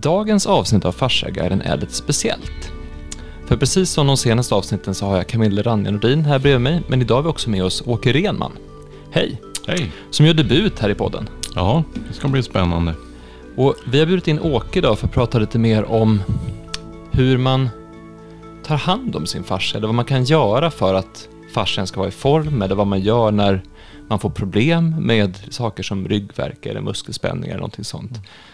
Dagens avsnitt av Fasciaguiden är lite speciellt. För precis som de senaste avsnitten så har jag Camille Ranja-Nordin här bredvid mig, men idag har vi också med oss Åke Renman. Hej! Hej! Som gör debut här i podden. Ja, det ska bli spännande. Och vi har bjudit in Åke idag för att prata lite mer om hur man tar hand om sin fascia, eller vad man kan göra för att fascian ska vara i form, eller vad man gör när man får problem med saker som ryggvärk eller muskelspänningar eller någonting sånt.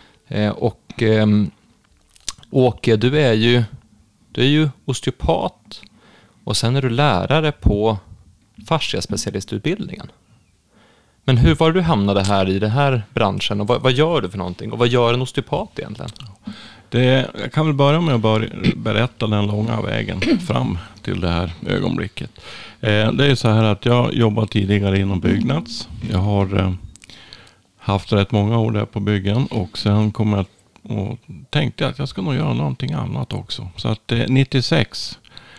Åke, du är ju osteopat och sen är du lärare på fasciaspecialistutbildningen. Men hur var du hamnade här i den här branschen och vad gör du för någonting och vad gör en osteopat egentligen? Jag kan väl börja med att berätta den långa vägen fram till det här ögonblicket. Det är så här att jag jobbar tidigare inom Byggnads. Jag har haft rätt många år där på byggen och sen kom jag och tänkte att jag ska nog göra någonting annat också. Så att 96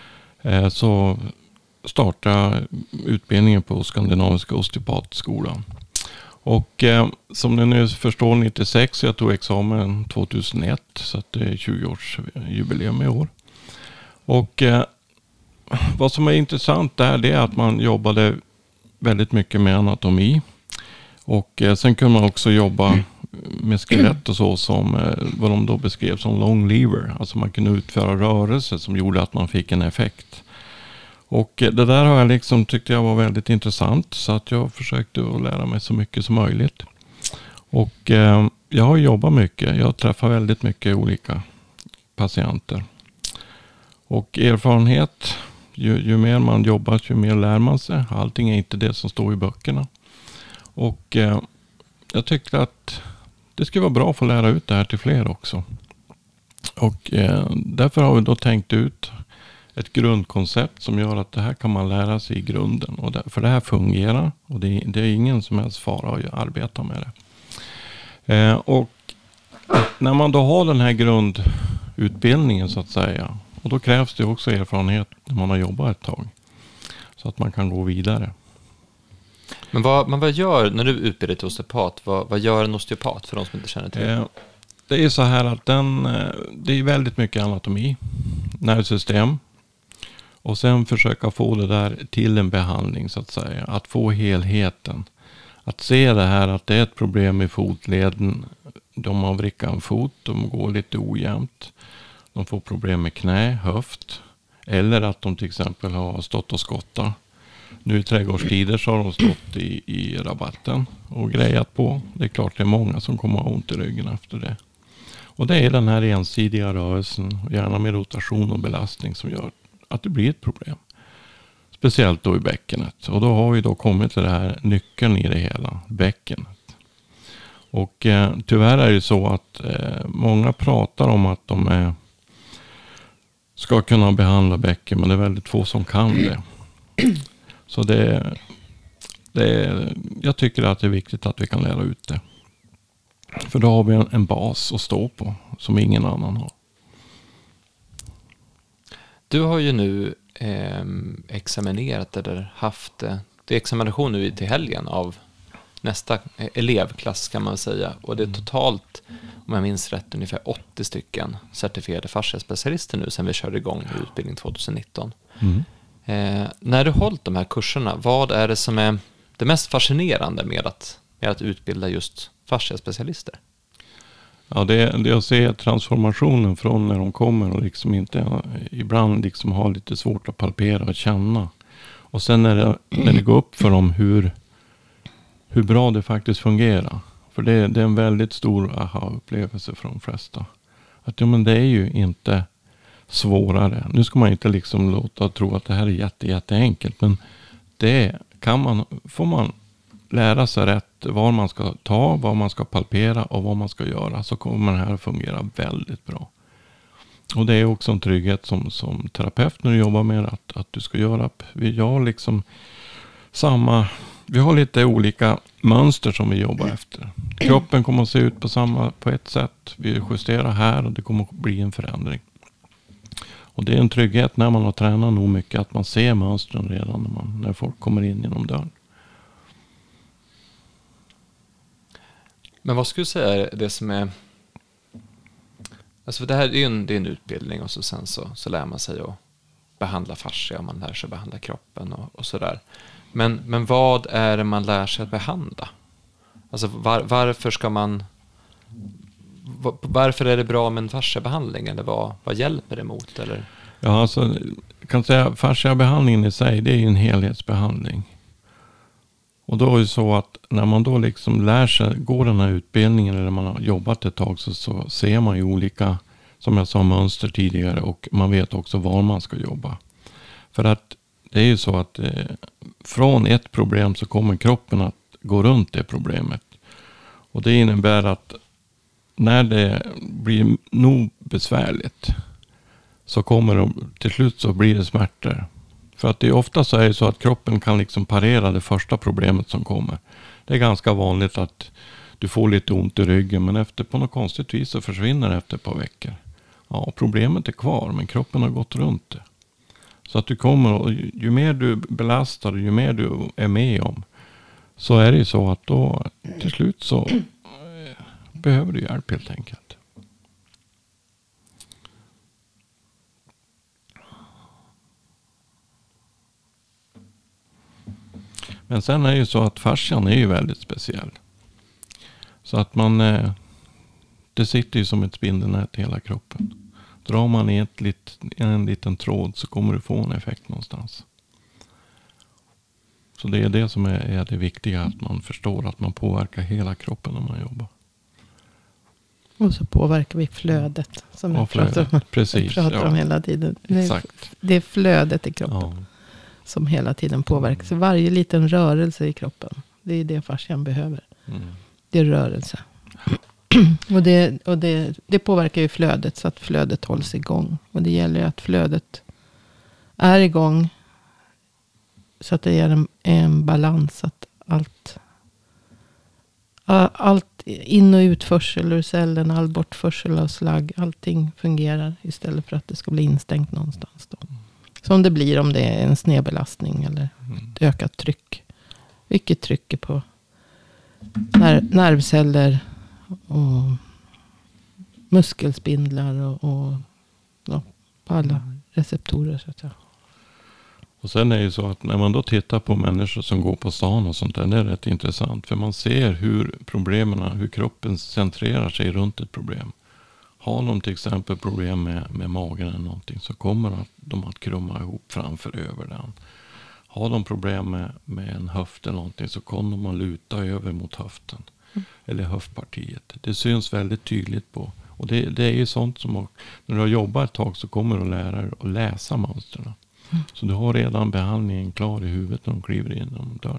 så startade utbildningen på Skandinaviska osteopatskolan. Och som ni nu förstår 96, jag tog examen 2001 så att det är 20-årsjubileum i år. Och vad som är intressant där det är att man jobbade väldigt mycket med anatomi. Och sen kunde man också jobba med skelett och så som vad de då beskrev som long lever. Alltså man kunde utföra rörelser som gjorde att man fick en effekt. Och det där har jag liksom tyckte jag var väldigt intressant så att jag försökte att lära mig så mycket som möjligt. Och jag har jobbat mycket. Jag träffar väldigt mycket olika patienter. Och erfarenhet, ju mer man jobbar ju mer lär man sig. Allting är inte det som står i böckerna. Och jag tyckte att det skulle vara bra att få lära ut det här till fler också. Och därför har vi då tänkt ut ett grundkoncept som gör att det här kan man lära sig i grunden. Och för det här fungerar och det är ingen som helst fara att arbeta med det. Och när man då har den här grundutbildningen så att säga. Och då krävs det också erfarenhet när man har jobbat ett tag. Så att man kan gå vidare. Men vad gör, när du utbildar till osteopat, vad gör en osteopat för de som inte känner till det? Det är så här att det är väldigt mycket anatomi, nervsystem. Och sen försöka få det där till en behandling så att säga. Att få helheten. Att se det här att det är ett problem i fotleden. De har vrickat en fot, de går lite ojämnt. De får problem med knä, höft. Eller att de till exempel har stått och skottat. Nu i trädgårdstider så har de stått i rabatten och grejat på. Det är klart det är många som kommer ha ont i ryggen efter det. Och det är den här ensidiga rörelsen, gärna med rotation och belastning som gör att det blir ett problem. Speciellt då i bäckenet. Och då har vi då kommit till det här nyckeln i det hela, bäckenet. Och tyvärr är det så att många pratar om att de ska kunna behandla bäcken, men det är väldigt få som kan det. Så jag tycker att det är viktigt att vi kan lära ut det. För då har vi en bas att stå på som ingen annan har. Du har ju nu examinerat eller haft det är examination nu till helgen av nästa elevklass kan man säga. Och det är totalt, om jag minns rätt, ungefär 80 stycken certifierade fasciaspecialister nu sen vi körde igång i utbildning 2019. När du hållit de här kurserna, vad är det som är det mest fascinerande med att utbilda just fasciaspecialister? Ja, det är att se transformationen från när de kommer och liksom inte ibland liksom har lite svårt att palpera och känna. Och sen när det går upp för dem hur bra det faktiskt fungerar. För det är en väldigt stor aha-upplevelse för de flesta. Att men det är ju inte svårare. Nu ska man inte liksom låta tro att det här är jätteenkelt. Men det får man lära sig rätt var man ska ta, vad man ska palpera och vad man ska göra. Så kommer det här att fungera väldigt bra. Och det är också en trygghet som terapeut när du jobbar med att du ska göra. Vi har lite olika mönster som vi jobbar efter. Kroppen kommer att se ut på ett sätt. Vi justerar här och det kommer att bli en förändring. Och det är en trygghet när man har tränat nog mycket att man ser mönstren redan när folk kommer in genom dörren. Men vad skulle du säga är det som är Alltså för det här är det är en utbildning och sen så lär man sig att behandla fascia och man lär sig att behandla kroppen och sådär. Men vad är det man lär sig att behandla? Alltså varför ska man... Varför är det bra med en fasciabehandling? Eller vad hjälper det emot? Eller? Ja, alltså, jag kan säga fasciabehandlingen i sig, det är ju en helhetsbehandling. Och då är det så att när man då liksom lär sig, går den här utbildningen eller man har jobbat ett tag så ser man ju olika, som jag sa, mönster tidigare och man vet också var man ska jobba. För att det är ju så att från ett problem så kommer kroppen att gå runt det problemet. Och det innebär att när det blir nog besvärligt så kommer det, till slut så blir det smärtor. För att det är ofta så är det så att kroppen kan liksom parera det första problemet som kommer. Det är ganska vanligt att du får lite ont i ryggen men efter på något konstigt vis så försvinner det efter ett par veckor. Ja, problemet är kvar men kroppen har gått runt det. Så att du kommer och ju mer du belastar och ju mer du är med om så är det ju så att då till slut så behöver du hjälp helt enkelt. Men sen är det ju så att fascian är ju väldigt speciell. Så att man, det sitter ju som ett spindelnät i hela kroppen. Drar man i en liten tråd så kommer du få en effekt någonstans. Så det är det som är det viktiga, att man förstår att man påverkar hela kroppen när man jobbar. Och så påverkar vi flödet som jag pratar om hela tiden. Exakt. Det är flödet i kroppen. Ja. Som hela tiden påverkas. Så varje liten rörelse i kroppen. Det är det fascian behöver. Det är rörelse. och det påverkar ju flödet. Så att flödet hålls igång. Och det gäller att flödet är igång. Så att det är en balans. Att allt in- och utförsel ur cellen. All bortförsel av slagg. Allting fungerar. Istället för att det ska bli instängt någonstans då. Som det blir om det är en snedbelastning eller ett ökat tryck. Vilket trycker på nervceller och muskelspindlar och på alla receptorer. Så att säga. Och sen är det ju så att när man då tittar på människor som går på stan och sånt där, det är rätt intressant. För man ser hur kroppen centrerar sig runt ett problem. Har de till exempel problem med magen eller någonting så kommer de att krumma ihop framför över den. Har de problem med en höft eller någonting så kommer de att luta över mot höften. Eller höftpartiet. Det syns väldigt tydligt på. Och det är ju sånt som när du har jobbat ett tag så kommer du att lära dig att läsa mönstren. Så du har redan behandlingen klar i huvudet när de kliver in genom dörren.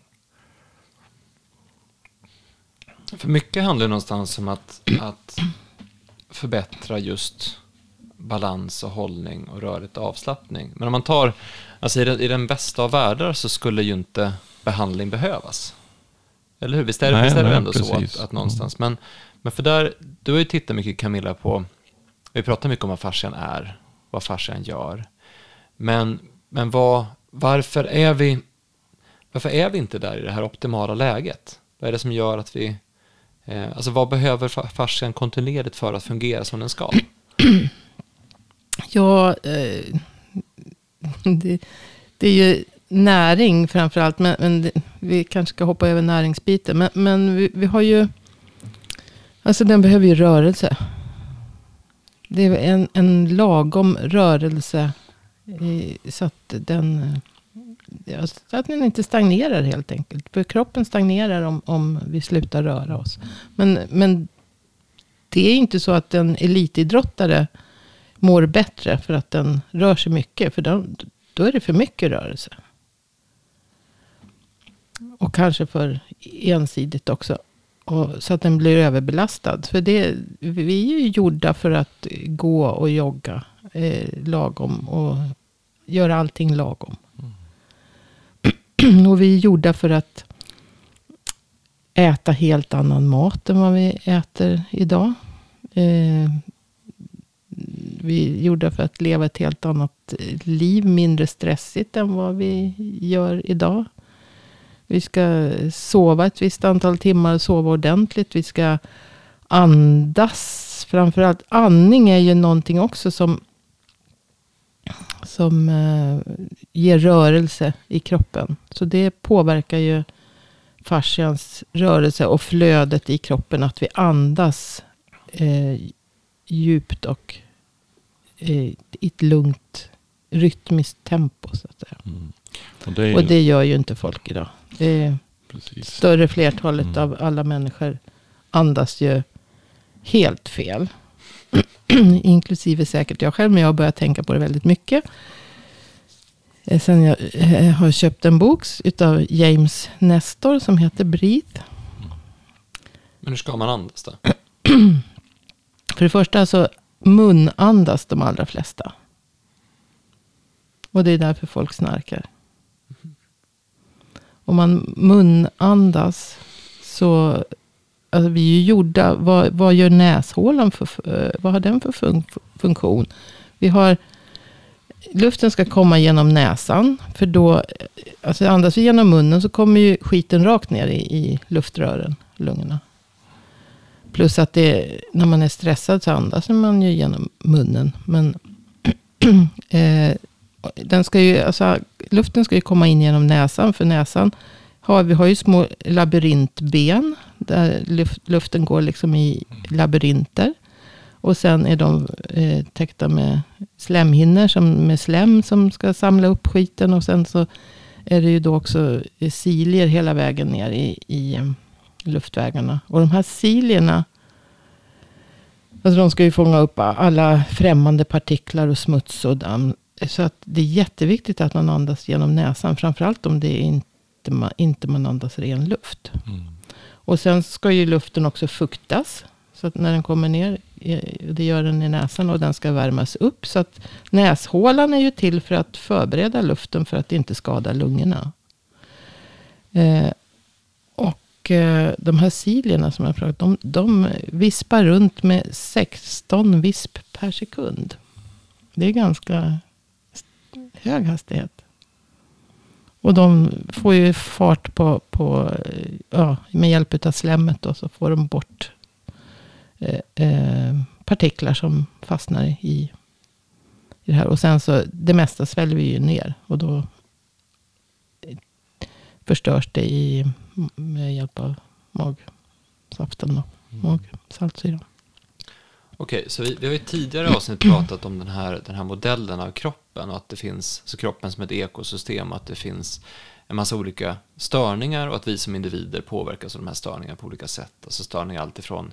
För mycket handlar det någonstans om att förbättra just balans och hållning och rörligt avslappning. Men om man tar, alltså i den bästa av världar så skulle ju inte behandling behövas. Eller hur? Visst är det ändå precis. Så att någonstans. Men för där, du har ju tittat mycket, Camilla, på, vi pratar mycket om vad fascian är, vad fascian gör. Men varför är vi inte där i det här optimala läget? Vad är det som gör att vi... Alltså vad behöver fascian kontinuerligt för att fungera som den ska? Ja, det är ju näring framförallt. Men vi kanske ska hoppa över näringsbiten. Men vi har ju... Alltså den behöver ju rörelse. Det är en lagom rörelse. Så att den inte stagnerar helt enkelt. För kroppen stagnerar om vi slutar röra oss. Men det är inte så att en elitidrottare mår bättre för att den rör sig mycket. För då är det för mycket rörelse. Och kanske för ensidigt också. Så att den blir överbelastad. För vi är ju gjorda för att gå och jogga lagom. Och göra allting lagom. Och vi är gjorda för att äta helt annan mat än vad vi äter idag. Vi är gjorda för att leva ett helt annat liv. Mindre stressigt än vad vi gör idag. Vi ska sova ett visst antal timmar och sova ordentligt. Vi ska andas framförallt andning är ju någonting också som ger rörelse i kroppen. Så det påverkar ju fascians rörelse och flödet i kroppen. Att vi andas djupt och i ett lugnt rytmiskt tempo. Så att säga. Och det gör ju inte folk idag. Det större flertalet av alla människor andas ju helt fel. Inklusive säkert jag själv. Men jag har börjat tänka på det väldigt mycket. Sen jag har köpt en bok utav James Nestor som heter Breathe. Men hur ska man andas då? För det första så munandas de allra flesta. Och det är därför folk snarkar. Om man munandas så... Alltså vi är ju gjorda... Vad gör näshålan vad har den för funktion? Vi har... Luften ska komma genom näsan. För då... Alltså andas vi genom munnen så kommer ju skiten rakt ner i luftrören. Lungorna. Plus att när man är stressad så andas man ju genom munnen. Men... den ska ju, alltså, luften ska ju komma in genom näsan. För näsan vi har ju små labyrintben. Där luften går liksom i labyrinter. Och sen är de täckta med slemhinnor. Med slem som ska samla upp skiten. Och sen så är det ju då också cilier hela vägen ner i luftvägarna. Och de här cilierna. Alltså de ska ju fånga upp alla främmande partiklar och smuts och damm. Så att det är jätteviktigt att man andas genom näsan. Framförallt om det är inte man andas ren luft. Och sen ska ju luften också fuktas. Så att när den kommer ner, det gör den i näsan och den ska värmas upp. Så att näshålan är ju till för att förbereda luften för att inte skada lungorna. Och de här cilierna som jag pratat om, de vispar runt med 16 visp per sekund. Det är ganska hög hastighet. Och de får ju fart på med hjälp av slemmet då, så får de bort partiklar som fastnar i det här. Och sen så det mesta sväljer vi ju ner och då förstörs det med hjälp av magsaften och magsaltsyra. Okej, så vi har ju tidigare avsnitt pratat om den här modellen av kroppen och att det finns så kroppen som ett ekosystem, att det finns en massa olika störningar och att vi som individer påverkas av de här störningarna på olika sätt. Alltså störningar alltifrån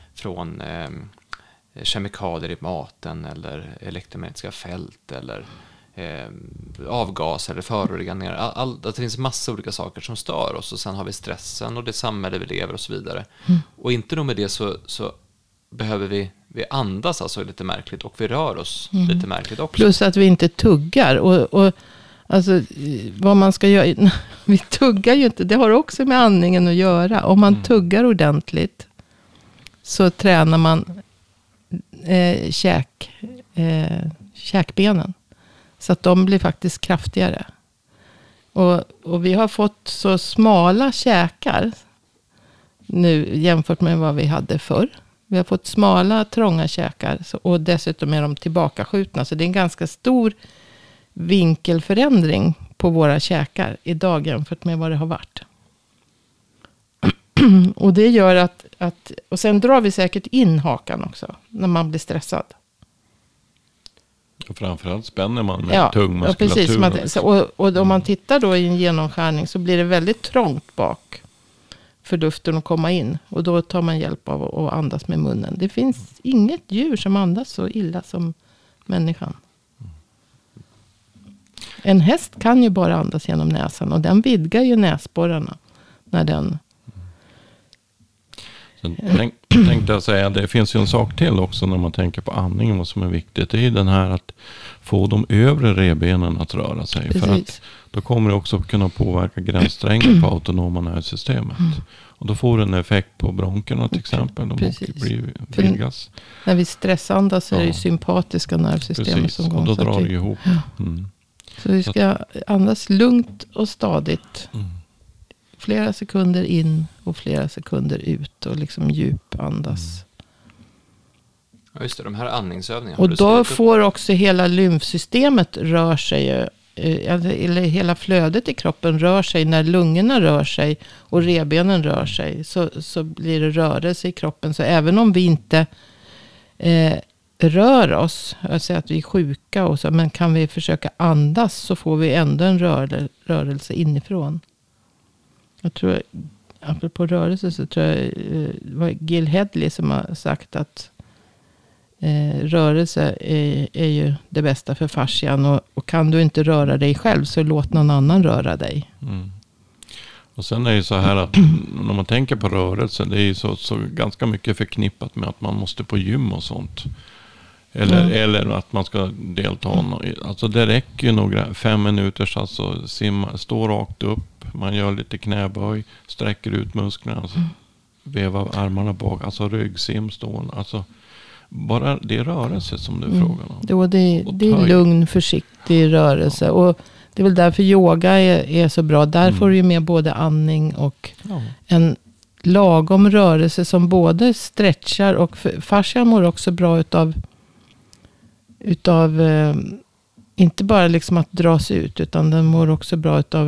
kemikalier i maten eller elektromagnetiska fält eller avgaser eller föroreningar. Att det finns massa olika saker som stör oss och sen har vi stressen och det samhälle vi lever och så vidare. Och inte nog med det så behöver vi andas alltså lite märkligt och vi rör oss lite märkligt också. Plus att vi inte tuggar och alltså vad man ska göra, vi tuggar ju inte, det har också med andningen att göra. Om man tuggar ordentligt så tränar man käkbenen så att de blir faktiskt kraftigare. Och vi har fått så smala käkar nu jämfört med vad vi hade förr. Vi har fått smala, trånga käkar. Och dessutom är de tillbakaskjutna. Så det är en ganska stor vinkelförändring på våra käkar idag jämfört med vad det har varit. Och det gör att... Och sen drar vi säkert in hakan också. När man blir stressad. Och framförallt spänner man med tung muskulatur. Ja, precis. Och om man tittar då i en genomskärning så blir det väldigt trångt bak. För luften att komma in. Och då tar man hjälp av att andas med munnen. Det finns inget djur som andas så illa som människan. En häst kan ju bara andas genom näsan. Och den vidgar ju näsborrarna. När den... Tänkte jag säga, det finns ju en sak till också när man tänker på andningen. Vad som är viktigt. Det är den här att få de övre revbenen att röra sig. Precis. För att då kommer det också kunna påverka gränssträngen på autonoma nervsystemet. Och då får det en effekt på bronkerna till exempel. De vidgas. När vi stressandas så är det ju sympatiska nervsystemet som går. Och då drar det ihop. Så vi ska andas lugnt och stadigt. Flera sekunder in och flera sekunder ut. Och liksom djupandas. Ja, just det, de här andningsövningarna. Och då får också hela lymfsystemet rör sig, eller hela flödet i kroppen rör sig när lungorna rör sig och revbenen rör sig. Så blir det rörelse i kroppen. Så även om vi inte rör oss, alltså att vi är sjuka och så, men kan vi försöka andas så får vi ändå en rörelse inifrån. Jag tror, apropå rörelse, så tror jag det var Gil Hedley som har sagt att rörelse är ju det bästa för fascian. Och kan du inte röra dig själv så låt någon annan röra dig. Mm. Och sen är det ju så här att när man tänker på rörelse, det är ju så ganska mycket förknippat med att man måste på gym och sånt. Eller att man ska delta. Alltså det räcker ju några 5 minuter, alltså simma, stå rakt upp, man gör lite knäböj, sträcker ut musklerna, alltså, vevar armarna bak, alltså ryggsim, stående, alltså bara det är rörelse som du frågar om. Det är lugn, försiktig rörelse. Och det är väl därför yoga är så bra. Där får du ju med både andning och en lagom rörelse som både stretchar och fascian mår också bra utav inte bara liksom att dras ut, utan den mår också bra utav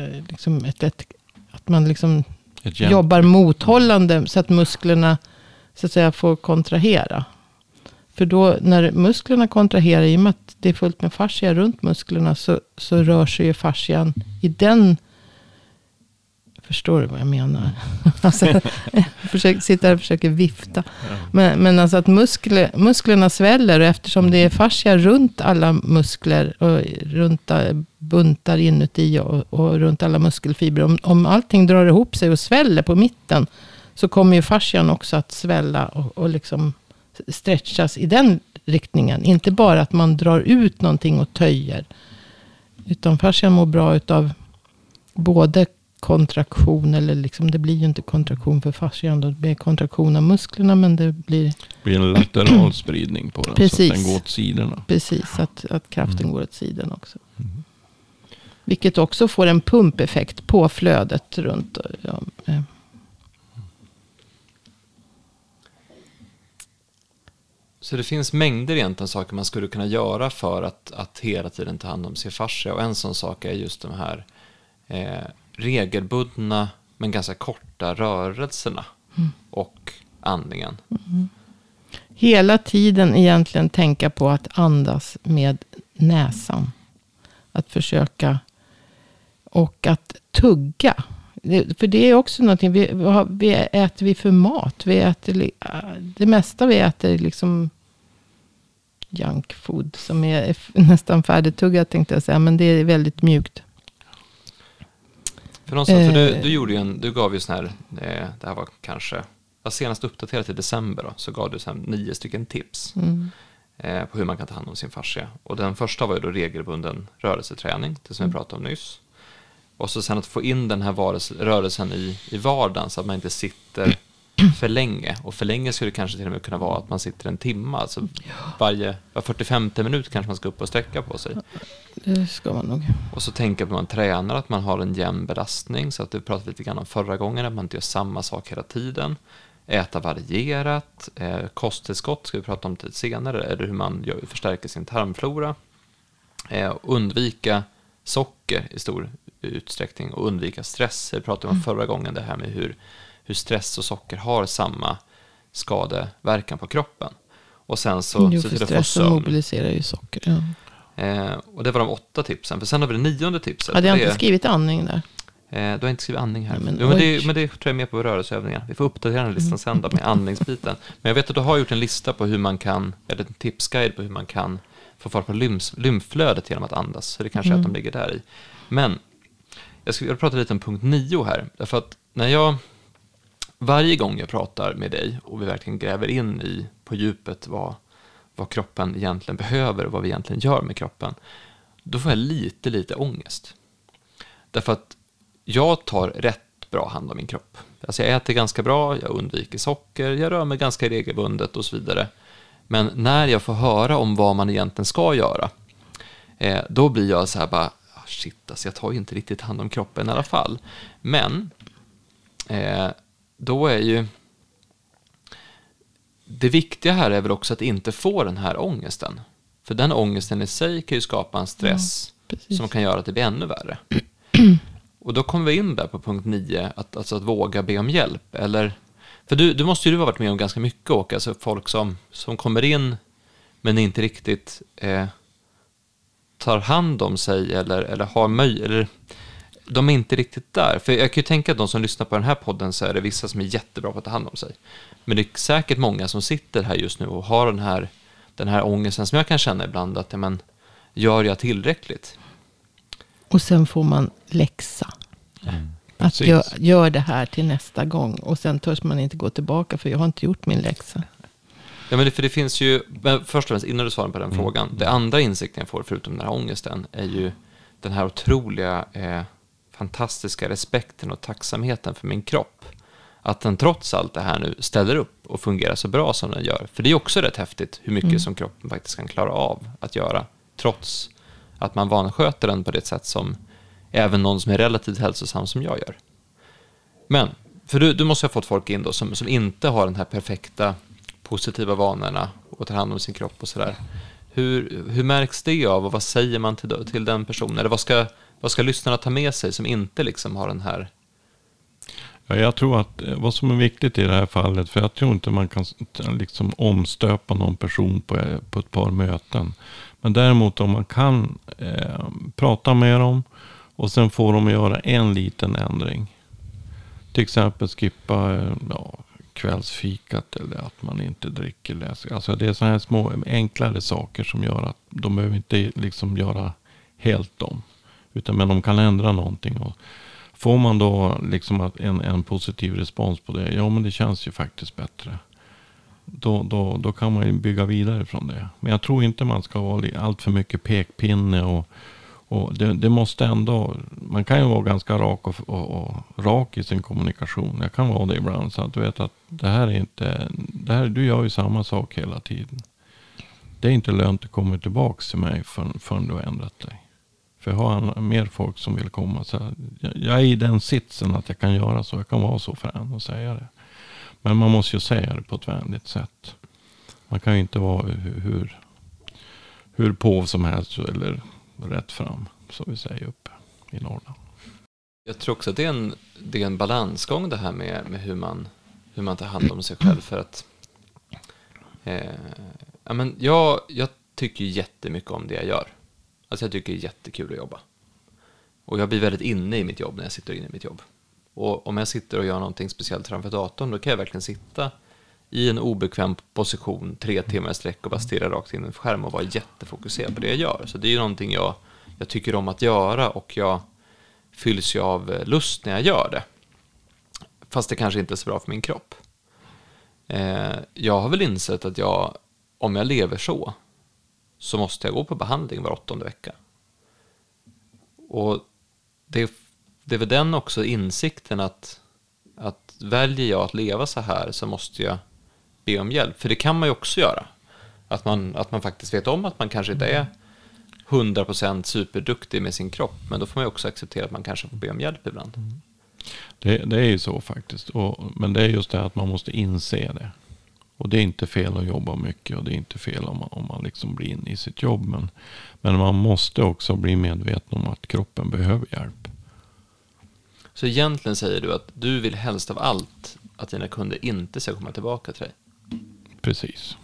att man liksom jobbar mothållande så att musklerna så att säga får kontrahera. För då när musklerna kontraherar, i och med att det är fullt med fascia runt musklerna, så rör sig ju fascian i den. Förstår du vad jag menar? Alltså, sitter här och försöker vifta. Men alltså att musklerna sväller, och eftersom det är fascia runt alla muskler och runt buntar inuti och runt alla muskelfibrer. Om allting drar ihop sig och sväller på mitten, så kommer ju fascian också att svälla och liksom stretchas i den riktningen. Inte bara att man drar ut någonting och töjer. Utan fascian mår bra utav både kontraktion, eller liksom, det blir ju inte kontraktion för fascian, det blir kontraktion av musklerna, men det blir en lateral spridning på den. Precis. Så att den går åt sidorna. Precis, att kraften går åt sidan också. Vilket också får en pumpeffekt på flödet runt. Så det finns mängder egentligen saker man skulle kunna göra för att hela tiden ta hand om sin fascia. Och en sån sak är just de här regelbundna men ganska korta rörelserna och andningen. Hela tiden egentligen tänka på att andas med näsan. Att försöka, och att tugga. För det är också någonting, vi äter för mat. Vi äter, det mesta vi äter liksom junk food som är nästan färdigtuggat, tänkte jag säga. Men det är väldigt mjukt. För någonstans, för du gav ju sån här, det här var kanske, senast uppdaterat i december då, så gav du så här 9 stycken tips på hur man kan ta hand om sin fascia. Och den första var ju då regelbunden rörelseträning, det som vi pratade om nyss. Och så sen att få in den här rörelsen i vardagen, så att man inte sitter för länge. Och för länge skulle det kanske till och med kunna vara att man sitter en timme. Alltså var 45 minut kanske man ska upp och sträcka på sig. Det ska man nog. Och så tänker man tränar att man har en jämn belastning. Så att du pratade lite grann om förra gången, att man inte gör samma sak hela tiden. Äta varierat. Kosttillskott ska vi prata om lite senare. Eller hur man förstärker sin tarmflora. Undvika socker i stor utsträckning och undvika stress. Vi pratade om förra gången det här med hur stress och socker har samma skadeverkan på kroppen. Och sen så för stressen mobiliserar ju socker. Ja. Och det var de 8 tipsen. För sen har vi det 9:e tipset. Hade jag inte skrivit andning där? Du har inte skrivit andning här. Men det tror jag är med på rörelseövningar. Vi får uppdatera den listan sen då med andningsbiten. Men jag vet att du har gjort en lista på hur man kan, eller en tipsguide på hur man kan få fart på lymflödet genom att andas. Så det kanske är att de ligger där i. Men jag vill prata lite om punkt 9 här. Därför att varje gång jag pratar med dig och vi verkligen gräver in på djupet vad kroppen egentligen behöver och vad vi egentligen gör med kroppen, då får jag lite ångest. Därför att jag tar rätt bra hand om min kropp. Alltså jag äter ganska bra, jag undviker socker, jag rör mig ganska regelbundet och så vidare. Men när jag får höra om vad man egentligen ska göra, då blir jag så här bara, shit, alltså jag tar ju inte riktigt hand om kroppen i alla fall. Men då är ju det viktiga här är väl också att inte få den här ångesten. För den ångesten i sig kan ju skapa en stress som kan göra att det blir ännu värre. Och då kommer vi in där på punkt 9, att våga be om hjälp. Eller, för du måste ju ha varit med om ganska mycket, Åke. Alltså folk som kommer in men inte riktigt tar hand om sig eller har eller de är inte riktigt där. För jag kan ju tänka att de som lyssnar på den här podden, så är det vissa som är jättebra på att ta hand om sig. Men det är säkert många som sitter här just nu och har den här ångesten som jag kan känna ibland, att gör jag tillräckligt? Och sen får man läxa. Att gör det här till nästa gång. Och sen törs man inte gå tillbaka, för jag har inte gjort min läxa. Ja, men för det finns ju, först och främst innan du svarar på den frågan, det andra insikten jag får förutom den här ångesten är ju den här otroliga fantastiska respekten och tacksamheten för min kropp. Att den trots allt det här nu ställer upp och fungerar så bra som den gör. För det är också rätt häftigt hur mycket som kroppen faktiskt kan klara av att göra, trots att man vansköter den på det sätt som även någon som är relativt hälsosam som jag gör. Men, för du måste ha fått folk in då som inte har den här perfekta positiva vanorna och tar hand om sin kropp och sådär. Hur märks det av, och vad säger man till den personen? Eller vad ska lyssnarna ta med sig som inte liksom har den här? Ja, jag tror att vad som är viktigt i det här fallet, för jag tror inte man kan liksom omstöpa någon person på ett par möten. Men däremot om man kan prata med dem och sen får de göra en liten ändring. Till exempel skippa kvällsfikat, eller att man inte dricker läsk. Alltså det är så här små enklare saker som gör att de behöver inte liksom göra helt om. Men de kan ändra någonting. Och får man då liksom en positiv respons på det, ja men det känns ju faktiskt bättre. Då kan man ju bygga vidare från det. Men jag tror inte man ska vara allt för mycket pekpinne och det måste ändå, man kan ju vara ganska rak i sin kommunikation. Jag kan vara det ibland, så att du vet att du gör ju samma sak hela tiden. Det är inte lönt att komma tillbaka till mig förrän du har ändrat dig. För jag har mer folk som vill komma. Så jag är i den sitsen att jag kan göra så. Jag kan vara så frän och säga det. Men man måste ju säga det på ett vänligt sätt. Man kan ju inte vara hur på som helst eller rätt fram, som vi säger uppe i Norrland. Jag tror också att det är en balansgång det här med hur man tar hand om sig själv. För att jag tycker jättemycket om det jag gör. Alltså jag tycker det är jättekul att jobba. Och jag blir väldigt inne i mitt jobb när jag sitter inne i mitt jobb. Och om jag sitter och gör någonting speciellt framför datorn, då kan jag verkligen sitta i en obekväm position 3 timmar i sträck och bara stirra rakt in i en skärm och vara jättefokuserad på det jag gör. Så det är ju någonting jag tycker om att göra, och jag fylls ju av lust när jag gör det. Fast det kanske inte är så bra för min kropp. Jag har väl insett att om jag lever så måste jag gå på behandling var 8:e vecka. Och det är väl den också insikten att väljer jag att leva så här, så måste jag be om hjälp. För det kan man ju också göra. Att man faktiskt vet om att man kanske inte är 100% superduktig med sin kropp. Men då får man ju också acceptera att man kanske får be om hjälp ibland. Det är ju så faktiskt. Men det är just det att man måste inse det. Och det är inte fel att jobba mycket, och det är inte fel om man liksom blir inne i sitt jobb. Men man måste också bli medveten om att kroppen behöver hjälp. Så egentligen säger du att du vill helst av allt att dina kunder inte ska komma tillbaka till dig? Precis.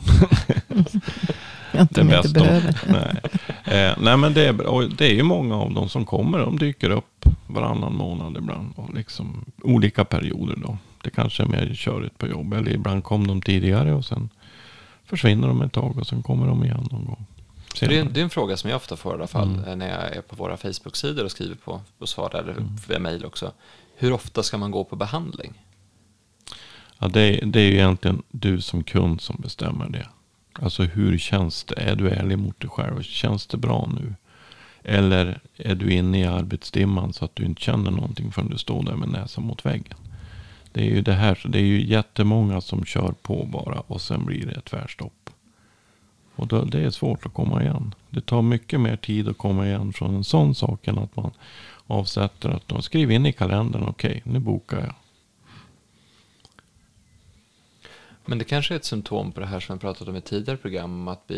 Det mest behöver. Nej, men det är ju många av dem som kommer. De dyker upp varannan månad ibland. Och liksom olika perioder då. Det kanske är mer körigt på jobb. Eller ibland kom de tidigare och sen försvinner de ett tag och sen kommer de igen någon gång. Det är en fråga som jag ofta får i alla fall när jag är på våra Facebook-sidor och skriver på och svarar eller via mejl också. Hur ofta ska man gå på behandling? Ja, det är ju egentligen du som kund som bestämmer det. Alltså hur känns det? Är du ärlig mot dig själv? Känns det bra nu? Eller är du inne i arbetsdimman så att du inte känner någonting förrän du står där med näsan mot väggen? Det är ju det här. Det är ju jättemånga som kör på bara och sen blir det ett tvärstopp. Och det är svårt att komma igen. Det tar mycket mer tid att komma igen från en sån sak än att man avsätter att de skriver in i kalendern. Okej, nu bokar jag. Men det kanske är ett symptom på det här som vi pratat om i tidigare program, att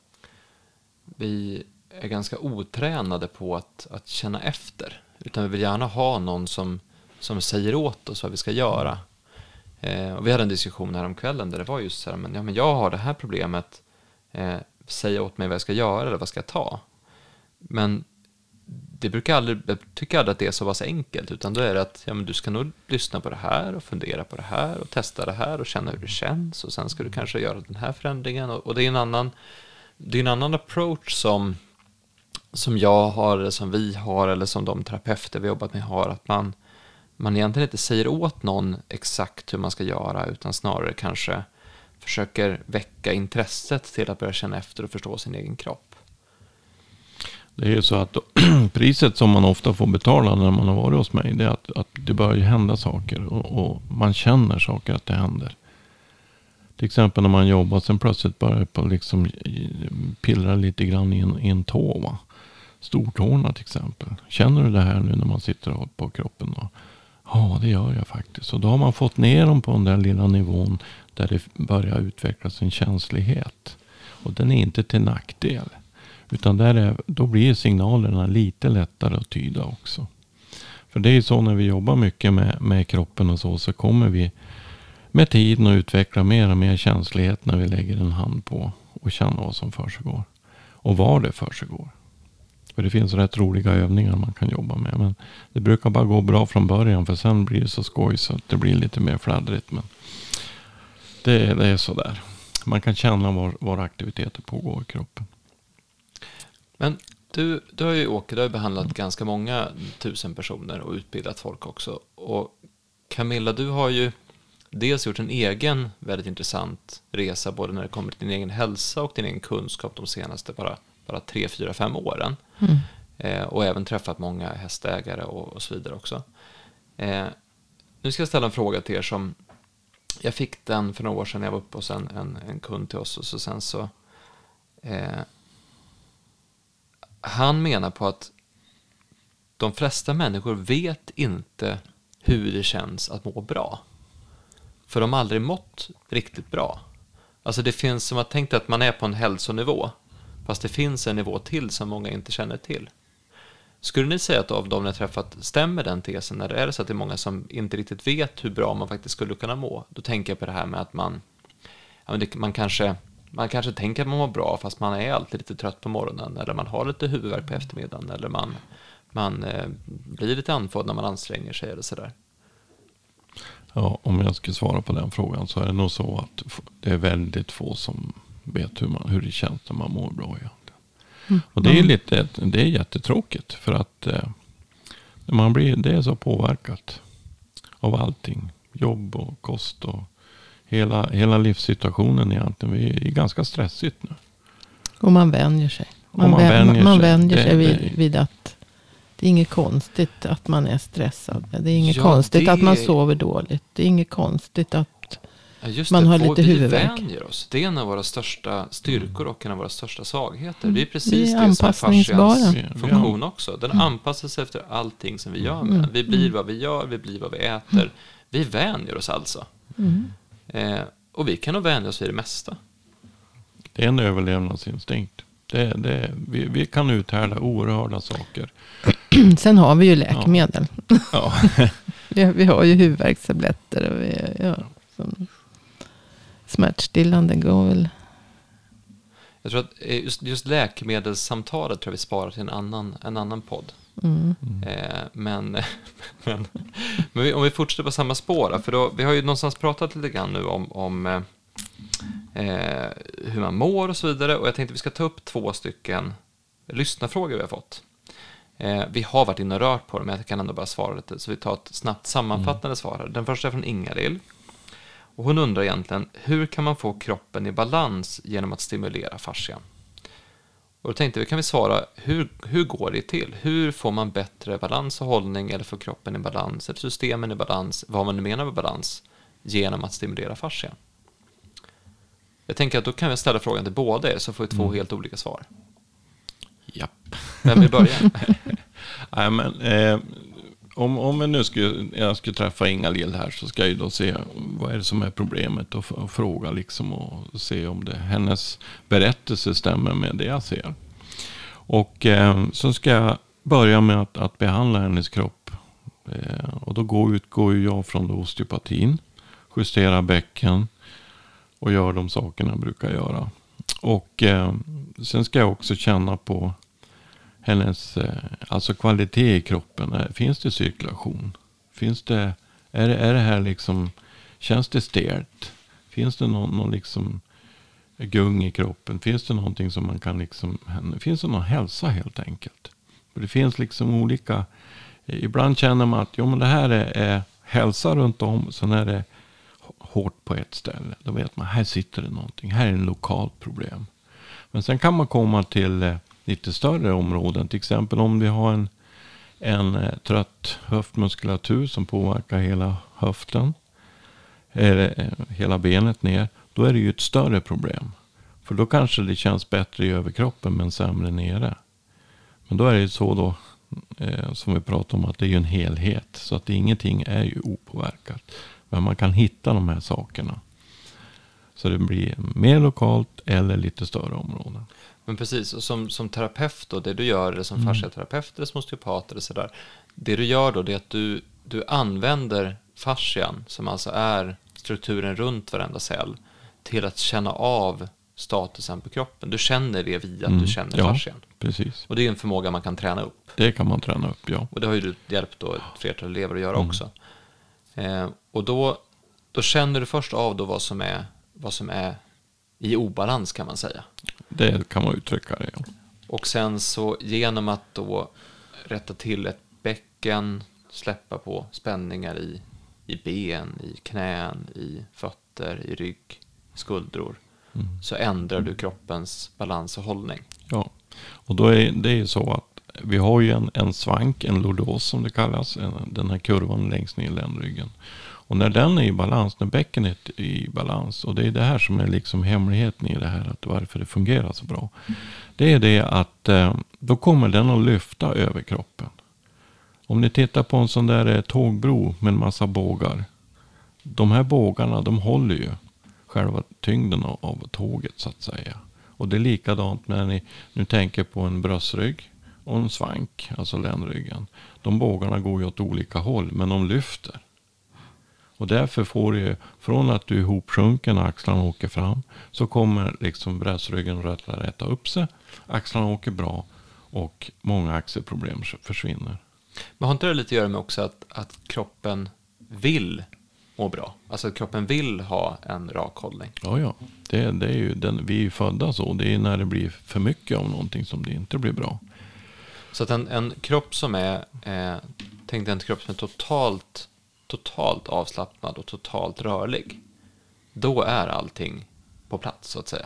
vi är ganska otränade på att känna efter. Utan vi vill gärna ha någon som säger åt oss vad vi ska göra. Och vi hade en diskussion här om kvällen där det var just så här, men jag har det här problemet, säg åt mig vad jag ska göra eller vad ska jag ta. Men det brukar aldrig, jag tycker aldrig att det är så pass enkelt, utan då är det att du ska nog lyssna på det här och fundera på det här och testa det här och känna hur det känns, och sen ska du kanske göra den här förändringen, och det är en annan approach som jag har, eller som vi har, eller som de terapeuter vi jobbat med har, att man egentligen inte säger åt någon exakt hur man ska göra, utan snarare kanske försöker väcka intresset till att börja känna efter och förstå sin egen kropp. Det är ju så att priset som man ofta får betala när man har varit hos mig, det är att det börjar hända saker och man känner saker att det händer. Till exempel när man jobbar, sen plötsligt börjar på liksom pillra lite grann i en tå, va? Stortårna till exempel. Känner du det här nu när man sitter på kroppen då? Ja, det gör jag faktiskt. Och då har man fått ner dem på den där lilla nivån där det börjar utvecklas en känslighet. Och den är inte till nackdel. Utan då blir signalerna lite lättare att tyda också. För det är ju så när vi jobbar mycket med kroppen och så kommer vi med tiden att utveckla mer och mer känslighet när vi lägger en hand på och känner vad som försiggår. Och var det försiggår. För det finns rätt roliga övningar man kan jobba med. Men det brukar bara gå bra från början, för sen blir det så skoj så att det blir lite mer fladdrigt. Men det är så där. Man kan känna var aktiviteter pågår i kroppen. Men du har ju behandlat ganska många 1000 personer och utbildat folk också. Och Camilla, du har ju dels gjort en egen väldigt intressant resa, både när det kommer till din egen hälsa och din egen kunskap de senaste bara 3, 4, 5 åren. Och även träffat många hästägare och så vidare också. Nu ska jag ställa en fråga till er som jag fick den för några år sedan när jag var uppe hos en kund till oss, och så sen så han menar på att de flesta människor vet inte hur det känns att må bra. För de har aldrig mått riktigt bra. Alltså det finns som att tänka att man är på en hälsonivå, fast det finns en nivå till som många inte känner till. Skulle ni säga att av de ni träffat stämmer den tesen, när det är så att det är många som inte riktigt vet hur bra man faktiskt skulle kunna må? Då tänker jag på det här med att man kanske tänker att man mår bra, fast man är alltid lite trött på morgonen, eller man har lite huvudvärk på eftermiddagen, eller man blir lite andfådd när man anstränger sig eller sådär. Ja, om jag ska svara på den frågan så är det nog så att det är väldigt få som vet hur det känns när man mår bra egentligen. Och det är det är jättetråkigt, för att det är så påverkat av allting. Jobb och kost och hela livssituationen egentligen. Vi är ganska stressigt nu. Och man vänjer sig. Man vänjer sig vid att det är inget konstigt att man är stressad. Det är inget konstigt att man sover dåligt. Det är inget konstigt att man har lite huvudvärk. Vi vänjer oss. Det är en av våra största styrkor och en av våra största svagheter. Vi är precis det som är fascians funktion också. Den anpassar sig efter allting som vi gör med. Vi blir vad vi gör, vi blir vad vi äter. Vi vänjer oss alltså. Och vi kan nog vänja oss vid det mesta. Det är en överlevnadsinstinkt. Vi kan uthärda oerhörda saker. Sen har vi ju läkemedel. Ja. Vi har ju huvudvärkstabletter och smärtstillande går väl. Jag tror att just läkemedelssamtalet tror jag vi sparar till en annan podd. Men om vi fortsätter på samma spår, för då, vi har ju någonstans pratat lite grann nu om hur man mår och så vidare, och jag tänkte vi ska ta upp 2 stycken lyssnarfrågor vi har fått. Vi har varit inne och rört på dem, men jag kan ändå bara svara lite, så vi tar ett snabbt sammanfattande svar. Den första är från Ingalill, och hon undrar egentligen: hur kan man få kroppen i balans genom att stimulera fascian? Och då tänkte vi, kan vi svara, hur går det till? Hur får man bättre balans och hållning, eller får kroppen i balans, eller systemen i balans, vad man nu menar med balans, genom att stimulera fascian? Jag tänker att då kan vi ställa frågan till båda er, så får vi 2 helt olika svar. Japp. Vem vill börja? Nej, men om jag skulle träffa Inga-Lill här, så ska jag ju då se vad är det som är problemet och fråga liksom, och se om hennes berättelse stämmer med det jag ser. Och så ska jag börja med att behandla hennes kropp. Och då utgår jag från då osteopatin, justerar bäcken och gör de sakerna jag brukar göra. Och sen ska jag också känna på hennes alltså kvalitet i kroppen. Finns det cirkulation? Är det här liksom, känns det stelt? Finns det någon liksom gung i kroppen? Finns det någonting som man kan liksom, finns det någon hälsa helt enkelt? För det finns liksom olika, ibland känner man att men det här är hälsa runt om, sen är det hårt på ett ställe. Då vet man, här sitter det någonting, här är en lokalt problem. Men sen kan man komma till lite större områden. Till exempel om vi har en trött höftmuskulatur som påverkar hela höften. Hela benet ner. Då är det ju ett större problem. För då kanske det känns bättre i överkroppen men sämre nere. Men då är det så då, som vi pratar om, att det är ju en helhet. Så att ingenting är ju opåverkat. Men man kan hitta de här sakerna. Så det blir mer lokalt eller lite större områden. Men precis, och som terapeut då, det du gör, eller som fasciaterapeut eller som osteopat eller sådär. Det du gör då, det är att du använder fascian, som alltså är strukturen runt varenda cell, till att känna av statusen på kroppen. Du känner det via att du känner fascian. Precis. Och det är en förmåga man kan träna upp. Det kan man träna upp, ja. Och det har ju du hjälpt då ett flertal elever att göra också. Och då känner du först av då vad som är i obalans, kan man säga. Det kan man uttrycka det, ja. Och sen så genom att då rätta till ett bäcken, släppa på spänningar i ben, i knän, i fötter, i rygg, skuldror, så ändrar du kroppens balans och hållning. Ja, och då är det ju så att vi har ju en svank, en lordos som det kallas, den här kurvan längst ner i ländryggen. Och när den är i balans, när bäckenet är i balans, och det är det här som är liksom hemligheten i det här, att varför det fungerar så bra. Det är det att då kommer den att lyfta över kroppen. Om ni tittar på en sån där tågbro med en massa bågar. De här bågarna, de håller ju själva tyngden av tåget, så att säga. Och det är likadant när ni nu tänker på en bröstrygg och en svank, alltså ländryggen. De bågarna går ju åt olika håll, men de lyfter. Och därför får du, från att du är ihopsjunken och axlarna åker fram, så kommer liksom bröstryggen rätta upp sig. Axlarna åker bra och många axelproblem försvinner. Men har inte det lite att göra med också att kroppen vill må bra? Alltså att kroppen vill ha en rak hållning? Ja. Det är ju vi är ju födda så. Det är när det blir för mycket av någonting som det inte blir bra. Så att en kropp som är, tänk dig en kropp som är totalt avslappnad och totalt rörlig. Då är allting på plats, så att säga.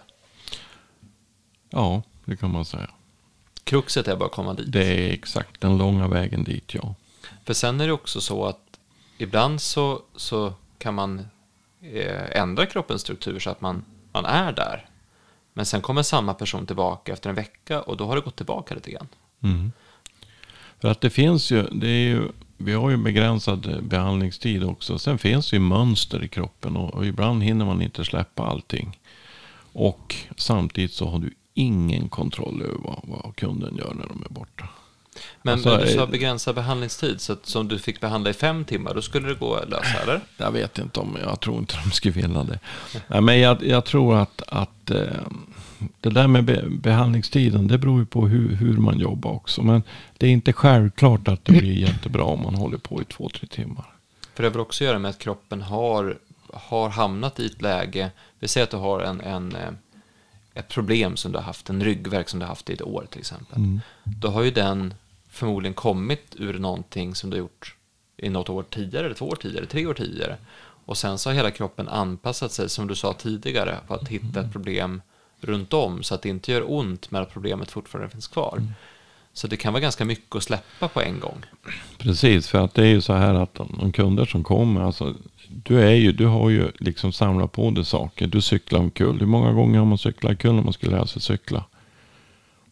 Ja, det kan man säga. Kruxet är bara att komma dit. Det är exakt den långa vägen dit, ja. För sen är det också så att ibland så kan man ändra kroppens struktur så att man är där. Men sen kommer samma person tillbaka efter en vecka och då har det gått tillbaka lite grann. Mm. För att det finns ju, vi har ju begränsad behandlingstid också. Sen finns ju mönster i kroppen och ibland hinner man inte släppa allting. Och samtidigt så har du ingen kontroll över vad kunden gör när de är borta. Men du sa begränsad behandlingstid, så att som du fick behandla i 5 timmar, då skulle det gå att lösa, eller? Jag vet inte jag tror inte de skulle vilja det. Nej, men jag tror att det där med behandlingstiden, det beror ju på hur man jobbar också. Men det är inte självklart att det blir jättebra om man håller på i 2-3 timmar. För det har också att göra med att kroppen har hamnat i ett läge, vi säger att du har ett problem som du har haft, en ryggvärk som du har haft i ett år till exempel. Då har ju den förmodligen kommit ur någonting som du har gjort i något år tidigare, eller 2 år tidigare, 3 år tidigare. Och sen så har hela kroppen anpassat sig, som du sa tidigare, på att hitta ett problem runt om så att det inte gör ont men att problemet fortfarande finns kvar. Så det kan vara ganska mycket att släppa på en gång. Precis, för att det är ju så här att de kunder som kommer, alltså du har ju liksom samlat på dig saker. Du cyklar omkull. Hur många gånger har man cyklat omkull när man skulle lära sig cykla?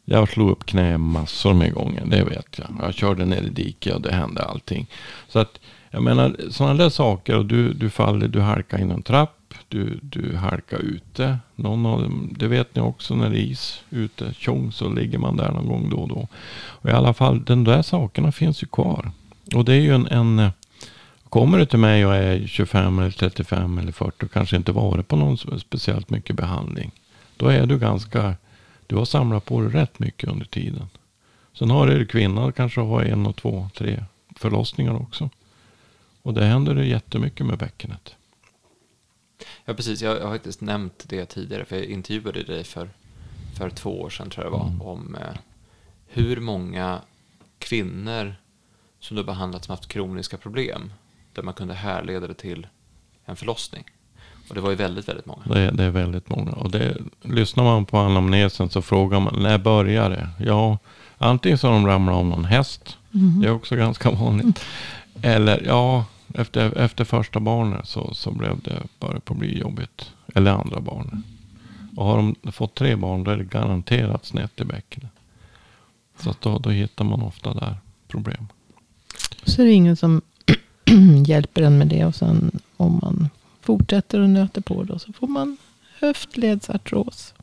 Jag slog upp knä massor med gånger, det vet jag. Jag körde ner i diket och det hände allting. Så att, jag menar, sådana där saker, och du faller, du halkar in en trapp, du halkar ute. Någon av dem, det vet ni också, när det är is ute, tjong, så ligger man där någon gång då och då. Och i alla fall, den där sakerna finns ju kvar. Och det är ju kommer du till mig och är 25 eller 35 eller 40 och kanske inte varit på någon speciellt mycket behandling. Då är du har samlat på dig rätt mycket under tiden. Sen har du kvinnor kanske har 1, 2, 3 förlossningar också. Och det händer det jättemycket med bäckenet. Ja, precis. Jag har faktiskt nämnt det tidigare, för jag intervjuade dig för 2 år sedan, tror jag det var, om hur många kvinnor som du behandlat som haft kroniska problem, där man kunde härleda det till en förlossning. Och det var ju väldigt, väldigt många. Det är väldigt många. Och lyssnar man på anamnesen så frågar man, när börjar det? Ja, antingen så de ramlar om någon häst. Det är också ganska vanligt. Eller ja, efter första barnet så blev det bara på att bli jobbigt. Eller andra barnet. Och har de fått 3 barn, då är det garanterat snett i bäckenet. Så att då hittar man ofta där problem. Så är det ingen som hjälper en med det. Och sen om man fortsätter och nöter på det, så får man höftledsartros.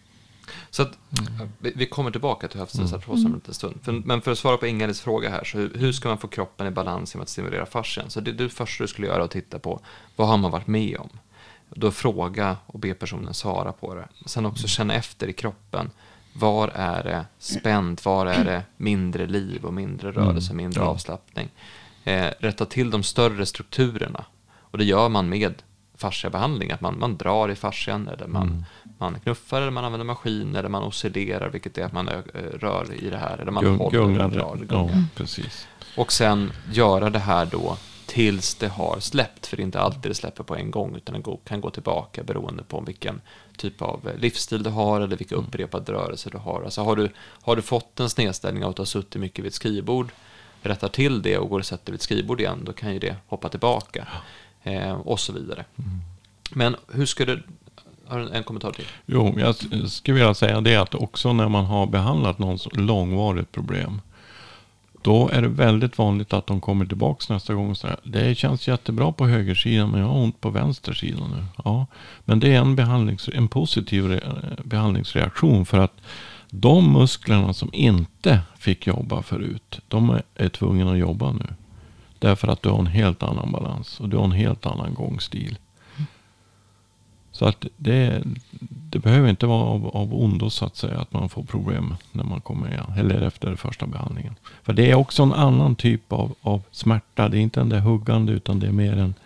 Så att, vi kommer tillbaka till höftledsartros om en liten stund. Men för att svara på Ingalids fråga här, så hur ska man få kroppen i balans genom att stimulera fascian? Så det första du skulle göra är att titta på, vad har man varit med om? Då fråga och be personen svara på det. Sen också känna efter i kroppen. Var är det spänt? Var är det mindre liv och mindre rörelse, mindre avslappning? Rätta till de större strukturerna. Och det gör man med fasciabehandling. Att man drar i fascian, eller man knuffar, eller man använder maskin, eller man oscillerar, vilket är att man rör i det här. Eller man håller och drar. Ja, precis. Och sen göra det här då tills det har släppt. För det är inte alltid det släpper på en gång, utan det kan gå tillbaka beroende på vilken typ av livsstil du har eller vilka upprepade rörelser du har. Alltså har du fått en snedställning av att du har suttit mycket vid ett skrivbord, rättar till det och går och sätter vid ett skrivbord igen, då kan ju det hoppa tillbaka och så vidare. Men hur ska du... Har du en kommentar till? Jo, jag skulle vilja säga det, att också när man har behandlat någons långvarigt problem, då är det väldigt vanligt att de kommer tillbaka nästa gång och säger, det känns jättebra på högersidan, men jag har ont på vänstersidan nu. Ja, men det är en positiv behandlingsreaktion, för att de musklerna som inte fick jobba förut, de är tvungna att jobba nu. Därför att du har en helt annan balans och du har en helt annan gångstil. Så att det behöver inte vara av ondo, så att säga, att man får problem när man kommer igen, eller efter första behandlingen. För det är också en annan typ av smärta. Det är inte den där huggande, utan det är mer en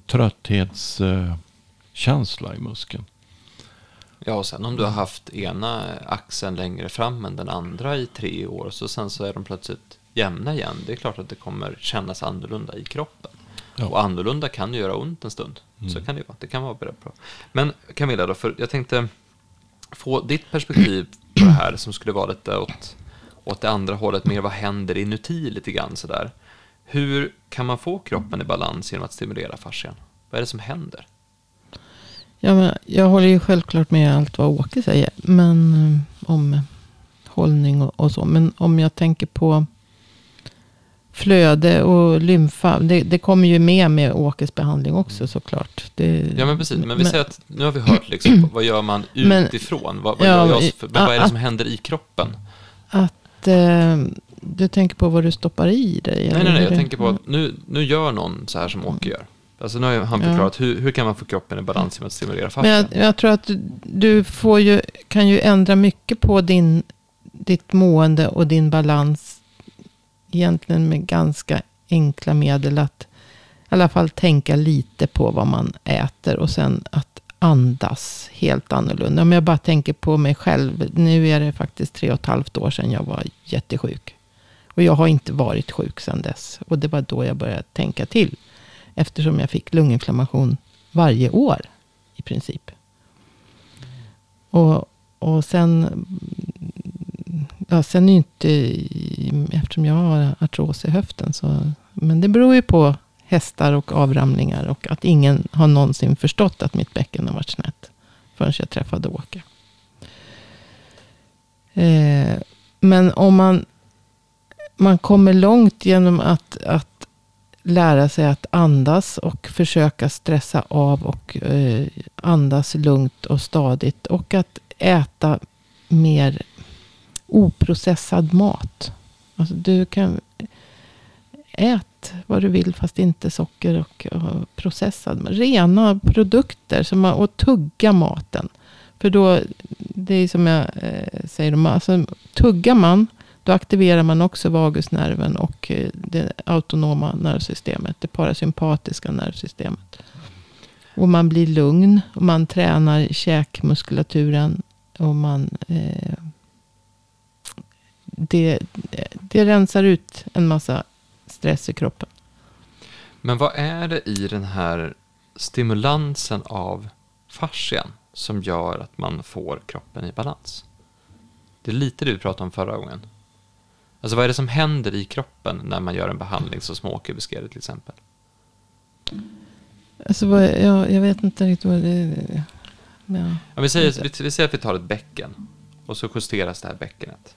trötthetskänsla i muskeln. Ja, och sen om du har haft ena axeln längre fram än den andra i 3 år, så sen så är de plötsligt jämna igen. Det är klart att det kommer kännas annorlunda i kroppen. Ja. Och annorlunda kan ju göra ont en stund. Så kan det vara. Det kan vara bra. Men Camilla då, för jag tänkte få ditt perspektiv på det här, som skulle vara lite åt det andra hållet, mer vad händer inuti lite grann sådär. Hur kan man få kroppen i balans genom att stimulera fascian? Vad är det som händer? Ja, men jag håller ju självklart med allt vad Åke säger, men om hållning och så. Men om jag tänker på flöde och lymfa, det kommer ju med Åkes behandling också, såklart. Ja, men precis. Men vi säger att nu har vi hört liksom, vad gör man utifrån? Vad är det som händer i kroppen? Att du tänker på vad du stoppar i dig? Nej. Jag tänker på att nu gör någon så här som Åke gör. Alltså nu har han förklarat hur kan man få kroppen i balans genom att stimulera fascian. Men jag tror att du kan ju ändra mycket på ditt mående och din balans, egentligen med ganska enkla medel, att i alla fall tänka lite på vad man äter, och sen att andas helt annorlunda. Om jag bara tänker på mig själv, nu är det faktiskt 3,5 år sedan jag var jättesjuk. Och jag har inte varit sjuk sedan dess. Och det var då jag började tänka till. Eftersom jag fick lunginflammation varje år i princip. Och sen... Ja, sen är inte, eftersom jag har artros i höften, så, men det beror ju på hästar och avramlingar, och att ingen har någonsin förstått att mitt bäcken har varit snett förrän jag träffade Åke. Men om man kommer långt genom att lära sig att andas och försöka stressa av och andas lugnt och stadigt. Och att äta mer oprocessad mat. Alltså du kan äta vad du vill fast inte socker och processad. Rena produkter och tugga maten. För då, det är som jag säger, alltså, tuggar man, då aktiverar man också vagusnerven och det autonoma nervsystemet, det parasympatiska nervsystemet. Och man blir lugn och man tränar käkmuskulaturen och man det rensar ut en massa stress i kroppen. Men vad är det i den här stimulansen av fascian som gör att man får kroppen i balans? Det är lite det vi pratade om förra gången. Alltså vad är det som händer i kroppen när man gör en behandling som Småke beskrev till exempel? Alltså jag vet inte riktigt vad det är. Ja, vi säger att vi tar ett bäcken och så justeras det här bäckenet.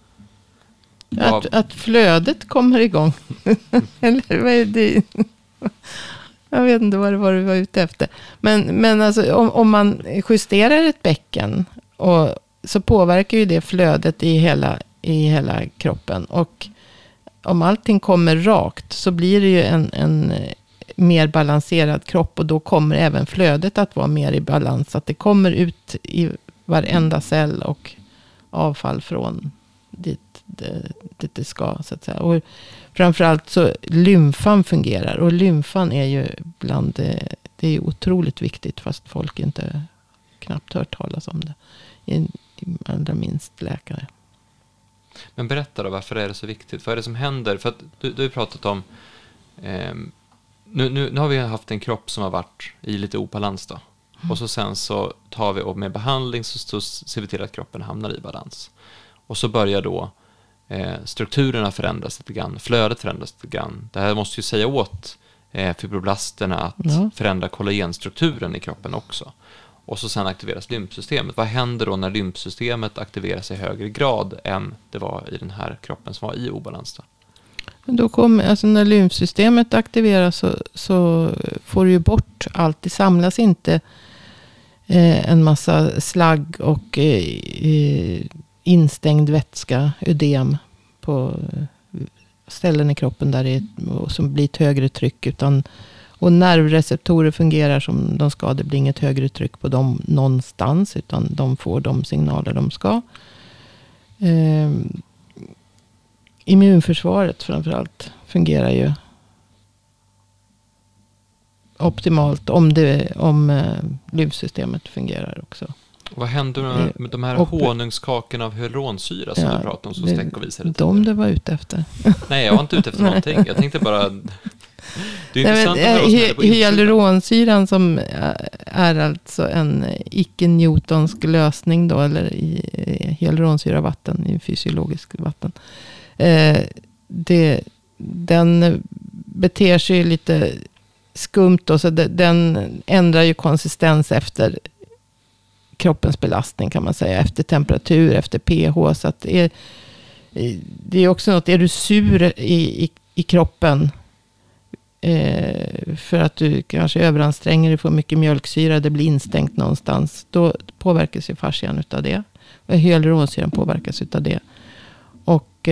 Att flödet kommer igång. Eller vad är det? Jag vet inte vad det var du var ute efter. Men alltså, om man justerar ett bäcken så påverkar ju det flödet i hela kroppen. Och om allting kommer rakt så blir det ju en mer balanserad kropp. Och då kommer även flödet att vara mer i balans. Så att det kommer ut i varenda cell och avfall från dit det ska, så att säga. Och framförallt så lymfan fungerar. Och lymfan är ju det är otroligt viktigt, fast folk inte knappt hört talas om det. Allra minst läkare. Men berätta då, varför är det så viktigt? Vad är det som händer? För att du har ju pratat om nu har vi haft en kropp som har varit i lite obalans då. Och så sen så tar vi, och med behandling så ser vi till att kroppen hamnar i balans. Och så börjar då strukturerna förändras lite grann, flödet förändras lite grann. Det här måste ju säga åt fibroblasterna att förändra kollagenstrukturen i kroppen också. Och så sen aktiveras lymfsystemet. Vad händer då när lymfsystemet aktiveras i högre grad än det var i den här kroppen som var i obalans då? Då alltså när lymfsystemet aktiveras så får du ju bort allt. Det samlas inte en massa slagg och instängd vätska, ödem på ställen i kroppen där det är, som blir ett högre tryck, och nervreceptorer fungerar som de ska. Det blir inget högre tryck på dem någonstans, utan de får de signaler de ska. Immunförsvaret framförallt fungerar ju optimalt om lymfsystemet fungerar också. Vad händer med de här honungskakorna av hyaluronsyra som du pratade om, så stäck och visade tidigare? Det var ute efter. Nej, jag var inte ute efter någonting. Jag tänkte bara... Det är intressant att höra oss på hyaluronsyran som är alltså en icke-newtonsk lösning då, eller i hyaluronsyra-vatten, i fysiologisk vatten. Den beter sig lite skumt då, så den ändrar ju konsistens efter kroppens belastning, kan man säga, efter temperatur, efter pH, så att det är också något, är du sur i kroppen för att du kanske överanstränger dig, får mycket mjölksyra, det blir instängt någonstans, då påverkas ju fascian utav det. Och hyaluronsyran påverkas utav det. Och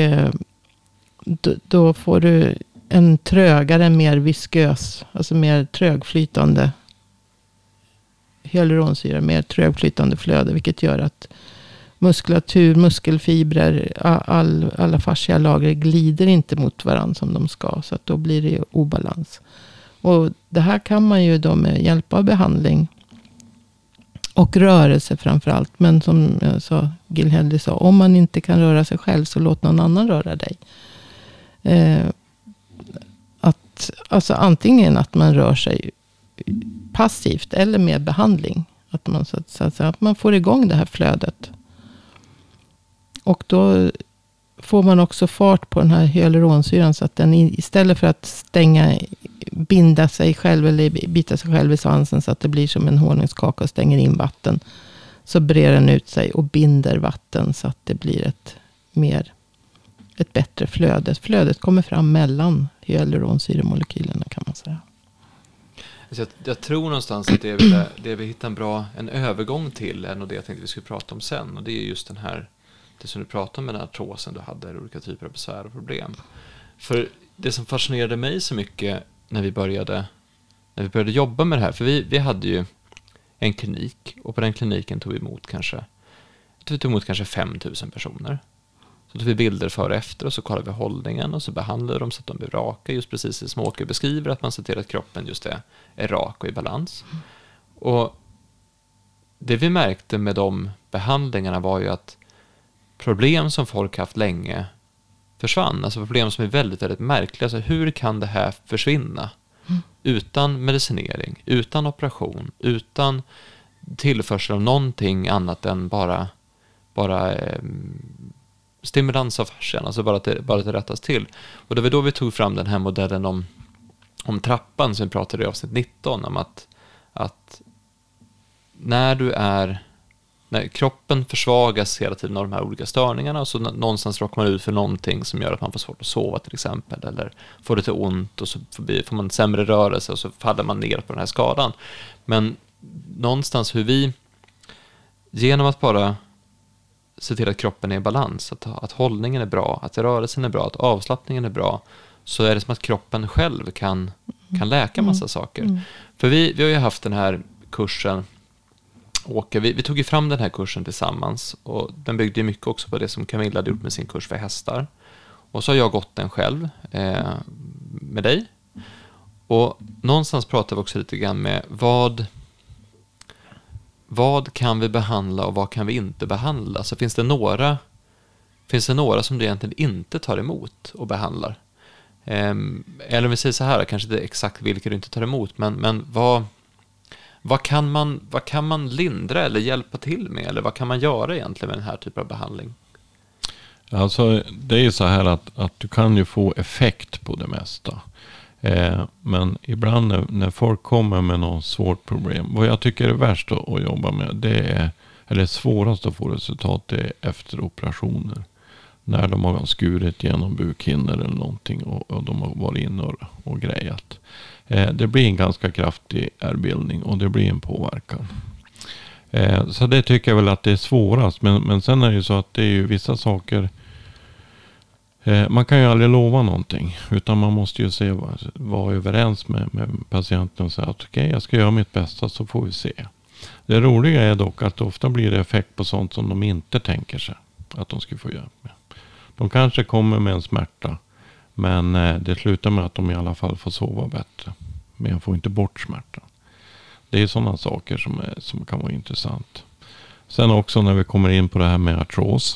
då får du en trögare, mer viskös, alltså mer trögflytande hyaluronsyra, mer trögflytande flöde, vilket gör att muskulatur, muskelfibrer, alla fascialager glider inte mot varandra som de ska, så att då blir det obalans. Och det här kan man ju då med hjälp av behandling och rörelse framförallt, men som jag sa, Gil Hedley sa, om man inte kan röra sig själv så låt någon annan röra dig. Alltså antingen att man rör sig passivt eller med behandling, att man så att man får igång det här flödet. Och då får man också fart på den här hyaluronsyran, så att den istället för att binda sig själv eller bita sig själv i svansen så att det blir som en honungskaka och stänger in vatten, så brer den ut sig och binder vatten så att det blir ett bättre flöde. Flödet kommer fram mellan hyaluronsyremolekylerna, kan man säga. Jag tror någonstans att det vi hittar en övergång till är nog det jag tänkte vi skulle prata om sen. Och det är just det som du pratade om med den här artrosen du hade, olika typer av besvär och problem. För det som fascinerade mig så mycket när vi började jobba med det här, för vi hade ju en klinik, och på den kliniken tog vi emot kanske 5 000 personer. Så tog vi bilder före och efter, och så kollade vi hållningen, och så behandlade de så att de blev raka, just precis som Åke beskriver, att man ser till att kroppen just är rak och i balans. Och det vi märkte med de behandlingarna var ju att problem som folk haft länge försvann. Alltså problem som är väldigt, väldigt märkliga. Alltså hur kan det här försvinna? Utan medicinering, utan operation, utan tillförsel av någonting annat än bara stimulans av fascian, alltså bara att det rättas till. Och det var då vi tog fram den här modellen om trappan som vi pratade i avsnitt 19, om att när kroppen försvagas hela tiden av de här olika störningarna, och så någonstans råkar man ut för någonting som gör att man får svårt att sova till exempel, eller får lite ont, och så får man sämre rörelse, och så faller man ner på den här skadan. Men någonstans hur vi, genom att bara se till att kroppen är i balans, att hållningen är bra, att rörelsen är bra, att avslappningen är bra, så är det som att kroppen själv kan läka massa saker. För vi har ju haft den här kursen, Åke, vi tog ju fram den här kursen tillsammans, och den byggde ju mycket också på det som Camilla hade gjort med sin kurs för hästar. Och så har jag gått den själv med dig. Och någonstans pratar vi också lite grann med vad kan vi behandla och vad kan vi inte behandla? Så finns det några som du egentligen inte tar emot och behandlar? Eller om vi säger så här, kanske inte exakt vilka du inte tar emot, men vad kan man lindra eller hjälpa till med? Eller vad kan man göra egentligen med den här typen av behandling? Alltså det är ju så här att du kan ju få effekt på det mesta. Men ibland när folk kommer med något svårt problem, vad jag tycker är värst att jobba med, eller svårast att få resultat, det är efter operationer. När de har skurit genom bukhinnor eller någonting, och de har varit inne och grejat. Det blir en ganska kraftig ärrbildning, och det blir en påverkan. Så det tycker jag väl att det är svårast. Men sen är det ju så att det är ju vissa saker, man kan ju aldrig lova någonting, utan man måste ju vara överens med patienten och säga att okej, jag ska göra mitt bästa, så får vi se. Det roliga är dock att ofta blir det effekt på sånt som de inte tänker sig att de ska få hjälp med. De kanske kommer med en smärta, men det slutar med att de i alla fall får sova bättre. Men jag får inte bort smärtan. Det är sådana saker som kan vara intressant. Sen också när vi kommer in på det här med artros.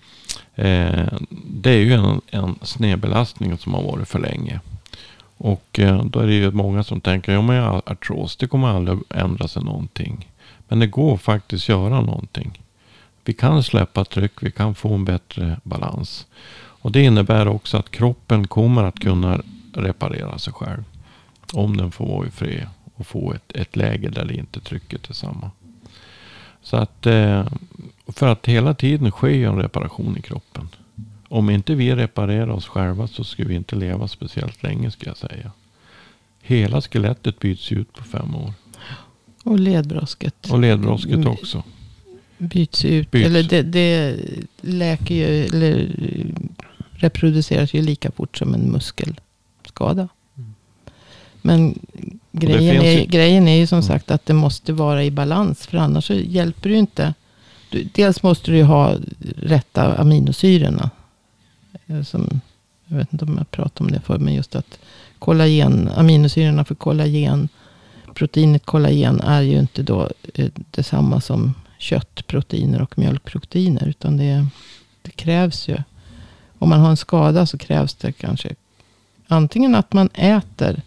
Det är ju en snedbelastning som har varit för länge. Och då är det ju många som tänker, ja men artros, det kommer aldrig ändra sig någonting. Men det går faktiskt göra någonting. Vi kan släppa tryck, vi kan få en bättre balans. Och det innebär också att kroppen kommer att kunna reparera sig själv. Om den får vara i fred och få ett läge där det inte trycket är samma. Så att för att hela tiden sker en reparation i kroppen. Om inte vi reparerar oss själva så ska vi inte leva speciellt länge, ska jag säga. Hela skelettet byts ut på 5 år. Och ledbrosket. Och ledbrosket också. Byts ut. Eller det läker ju, eller reproduceras ju lika fort som en muskelskada. Men grejen är ju som sagt att det måste vara i balans. För annars så hjälper det ju inte. Dels måste du ju ha rätta aminosyrorna. Jag vet inte om jag pratade om det för, men just att aminosyrorna för kollagen, proteinet kollagen är ju inte då detsamma som köttproteiner och mjölkproteiner. Utan det krävs ju. Om man har en skada så krävs det kanske antingen att man äter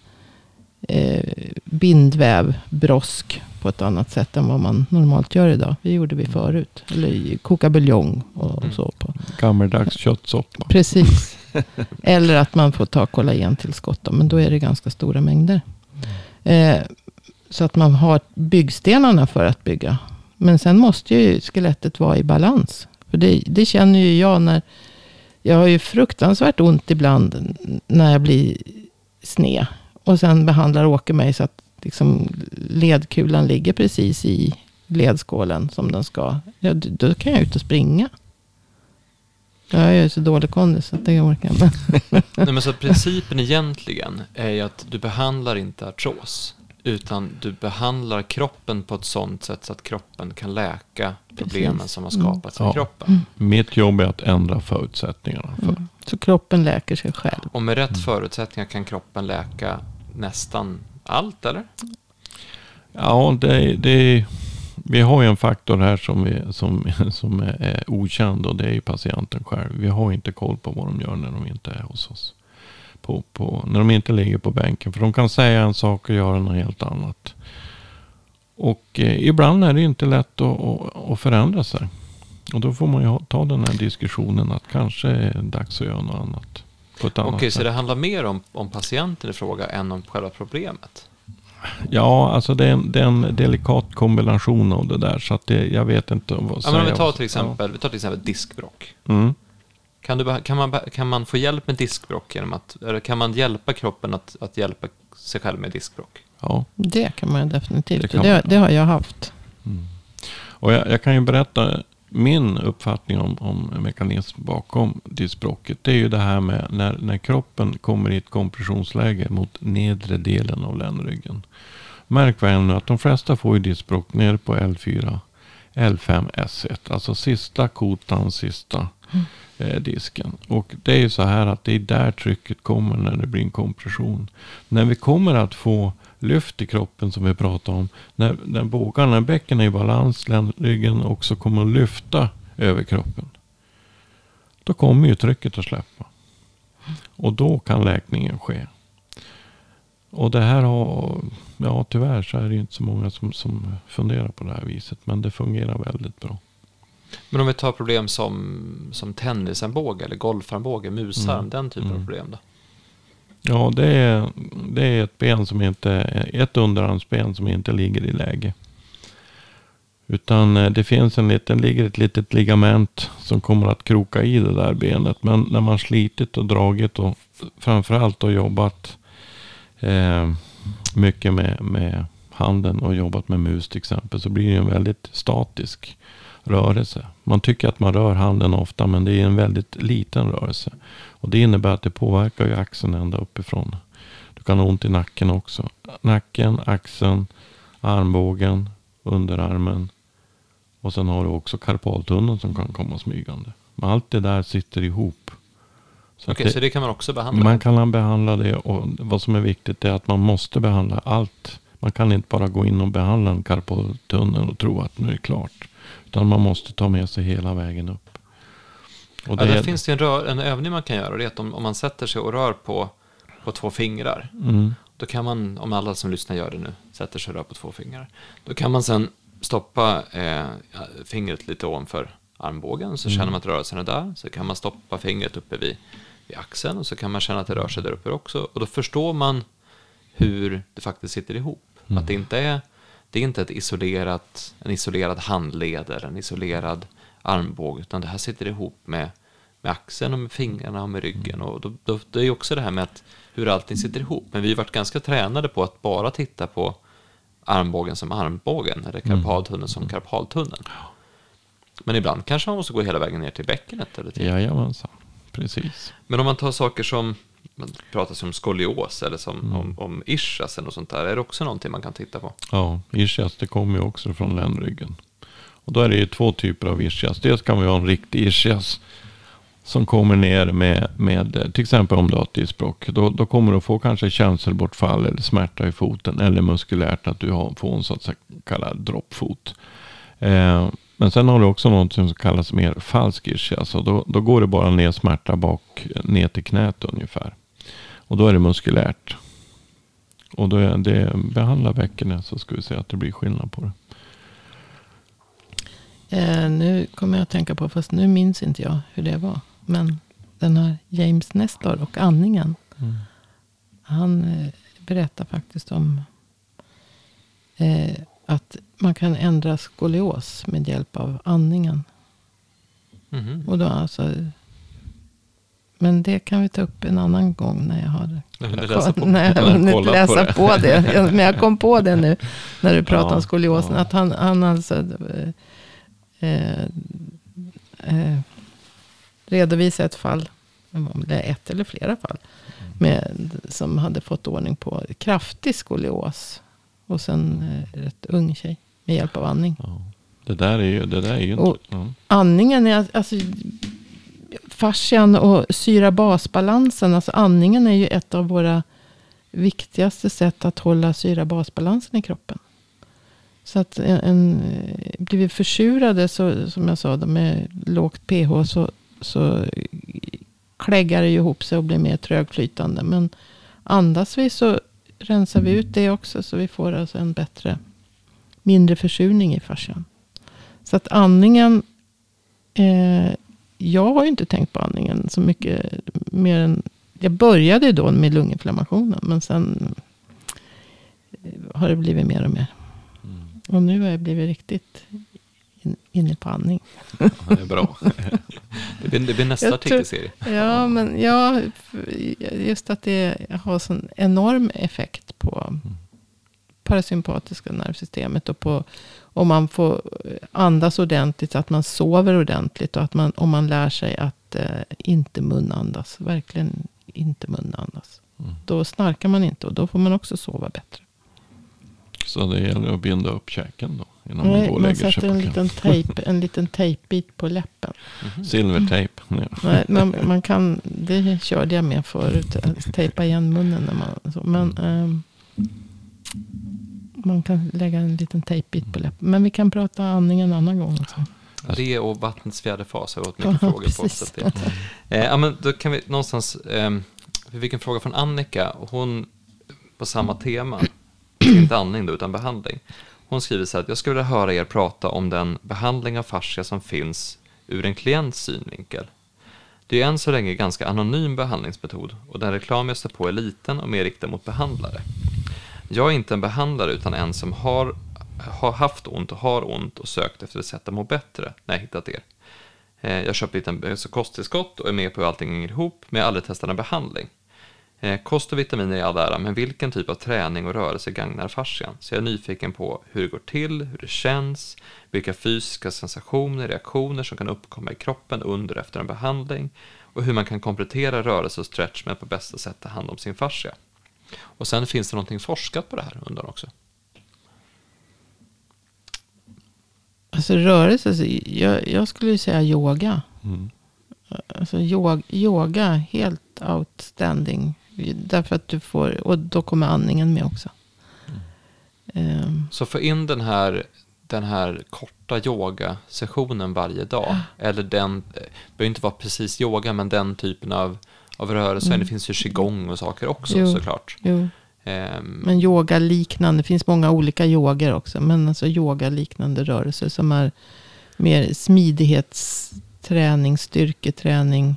bindväv, brosk på ett annat sätt än vad man normalt gör idag. Det gjorde vi förut. Eller koka buljong och så på. Gammeldags köttsoppa. Precis. Eller att man får ta kollagentillskott. Men då är det ganska stora mängder. Så att man har byggstenarna för att bygga Men sen måste ju skelettet vara i balans. För det känner ju jag när... Jag har ju fruktansvärt ont ibland när jag blir sned. Och sen behandlar Åke mig så att liksom ledkulan ligger precis i ledskålen som den ska. Ja, då kan jag ut och springa. Jag är ju så dålig kondis så att det orkar jag. Nej, men så principen egentligen är ju att du behandlar inte artros. Utan du behandlar kroppen på ett sånt sätt så att kroppen kan läka problemen som har skapats i kroppen. Mitt jobb är att ändra förutsättningarna. Så kroppen läker sig själv. Och med rätt förutsättningar kan kroppen läka nästan allt, eller? Ja, vi har ju en faktor här som är okänd och det är ju patienten själv. Vi har inte koll på vad de gör när de inte är hos oss. När de inte ligger på bänken. För de kan säga en sak och göra något helt annat. Och ibland är det inte lätt att förändra sig. Och då får man ju ta den här diskussionen att kanske är det dags att göra något annat. På ett annat sätt. Så det handlar mer om patienten i fråga än om själva problemet? Ja, alltså det är en delikat kombination av det där. Så att jag vet inte vad säga. Men om vi tar till exempel diskbråck. Mm. Kan man få hjälp med diskbråck eller kan man hjälpa kroppen att hjälpa sig själv med diskbråck? Ja. Det kan man definitivt. Det har jag haft. Mm. Och jag kan ju berätta min uppfattning om mekanism bakom diskbråcket. Det är ju det här med när kroppen kommer i ett kompressionsläge mot nedre delen av ländryggen. Märk väl nu att de flesta får ju diskbråck ner på L4, L5, S1. Alltså sista kotan, sista disken. Och det är ju så här att det är där trycket kommer när det blir en kompression. När vi kommer att få lyft i kroppen som vi pratar om. När bäcken är i balans, ländryggen också kommer att lyfta över kroppen. Då kommer ju trycket att släppa. Och då kan läkningen ske. Och det här tyvärr så är det ju inte så många som funderar på det här viset. Men det fungerar väldigt bra. Men om vi tar problem som tennisarmbåge eller golfarmbåge, musarm, den typen av problem då? Ja, det är ett ben som ett underarmsben som inte ligger i läge. Utan det finns ligger ett litet ligament som kommer att kroka i det där benet. Men när man slitit och dragit och framförallt har jobbat mycket med handen och jobbat med mus till exempel, så blir det en väldigt statisk rörelse. Man tycker att man rör handen ofta, men det är en väldigt liten rörelse. Och det innebär att det påverkar ju axeln ända uppifrån. Du kan ha ont i nacken också. Nacken, axeln, armbågen, underarmen. Och sen har du också karpaltunneln som kan komma smygande. Men allt det där sitter ihop. Så det kan man också behandla? Man kan behandla det, och vad som är viktigt är att man måste behandla allt. Man kan inte bara gå in och behandla en karpaltunnel och tro att nu är det klart. Utan man måste ta med sig hela vägen upp. Och där finns det en övning man kan göra. Det är att om man sätter sig och rör på 2 fingrar. Då kan man, om alla som lyssnar gör det nu, sätter sig och rör på 2 fingrar. Då kan man sen stoppa fingret lite ovanför armbågen. Så känner man att rörelsen är där. Så kan man stoppa fingret uppe vid axeln. Och så kan man känna att det rör sig där uppe också. Och då förstår man hur det faktiskt sitter ihop. Att det är inte en isolerad handled eller en isolerad armbåge, utan det här sitter ihop med axeln och med fingrarna och med ryggen. Och då det är ju också det här med hur allting sitter ihop. Men vi har varit ganska tränade på att bara titta på armbågen som armbågen eller karpaltunneln som karpaltunneln. Men ibland kanske man måste gå hela vägen ner till bäckenet eller till. Jajamensan, precis. Men om man tar saker som man pratar om skolios eller om ischias och sånt där, är det också någonting man kan titta på? Ja, ischias, det kommer ju också från ländryggen. Och då är det ju 2 typer av ischias. Dels kan vi ha en riktig ischias som kommer ner med till exempel om du har ett diskbråck. Då kommer du att få kanske känselbortfall eller smärta i foten eller muskulärt att du får en så att kallad droppfot. Men sen har du också något som kallas mer falsk ischias. Och då går det bara ner smärta ner till knät ungefär. Och då är det muskulärt. Och då är det behandlar bäckenet, så ska vi se att det blir skillnad på det. Nu kommer jag att tänka på, fast nu minns inte jag hur det var. Men den här James Nestor och andningen. Han berättar faktiskt om att man kan ändra skolios med hjälp av andningen. Mhm. Och då alltså, men det kan vi ta upp en annan gång när jag har när jag har hunnit läsa på det. Men jag kom på det nu när du pratar om skoliosen. Att han alltså redovisar ett fall, eller ett eller flera fall, som hade fått ordning på kraftig skolios. Och sen rätt ung tjej med hjälp av andning. Ja. Det där är ju och inte... andningen är alltså fascian och syra-basbalansen. Alltså andningen är ju ett av våra viktigaste sätt att hålla syra-basbalansen i kroppen. Så att blir vi försurade, så, som jag sa, med lågt pH, så kläggar det ju ihop sig och blir mer trögflytande. Men andas vi så rensar vi ut det också, så vi får alltså en mindre försurning i fascian. Så att andningen, jag har ju inte tänkt på andningen så mycket mer än, jag började då med lunginflammationen, men sen har det blivit mer och mer. Och nu har jag blivit riktigt inne på andning. Ja, det är bra. Det blir nästa artikelserie. Ja, men just att det har sån enorm effekt på parasympatiska nervsystemet och på om man får andas ordentligt, att man sover ordentligt och att om man lär sig att inte munandas, verkligen inte munandas. Då snarkar man inte och då får man också sova bättre. Så det gäller att binda upp käken då innan man går och man lägger sätter en liten tejpbit på läppen. Silvertejp. Nej, man kan, det körde jag med förut, tejpa igen munnen när men man kan lägga en liten tejpbit på läppen. Men vi kan prata andningen en annan gång också. Det och vattnets fjärde fas har jag fått mycket frågor på. Så ja, men då kan vi någonstans, vi fick en fråga från Annika, hon på samma tema, inte andning då, utan behandling. Hon skriver så här: jag skulle vilja höra er prata om den behandling av fascia som finns ur en klients synvinkel. Det är än så länge ganska anonym behandlingsmetod och den reklam jag står på är liten och mer riktad mot behandlare. Jag är inte en behandlare utan en som har haft ont och har ont och sökt efter ett sätt att må bättre när jag hittat er. Jag köpt lite kosttillskott och är med på hur allting hänger ihop, men jag har aldrig testat en behandling. Kost och vitaminer är all ära, men vilken typ av träning och rörelse gagnar fascian? Så jag är nyfiken på hur det går till, hur det känns, vilka fysiska sensationer, reaktioner som kan uppkomma i kroppen under och efter en behandling och hur man kan komplettera rörelse och stretch med på bästa sätt ta hand om sin fascia. Och sen finns det någonting forskat på det här undan också. Alltså rörelse, jag skulle ju säga yoga. Alltså yoga, helt outstanding. Därför att du får, och då kommer andningen med också. Så få in den här korta yogasessionen varje dag. Eller den, det behöver inte vara precis yoga, men den typen av rörelse. Det finns ju qigong och saker också såklart. Jo. Men yoga liknande, det finns många olika yoger också. Men alltså yoga liknande rörelser som är mer smidighetsträning, styrketräning.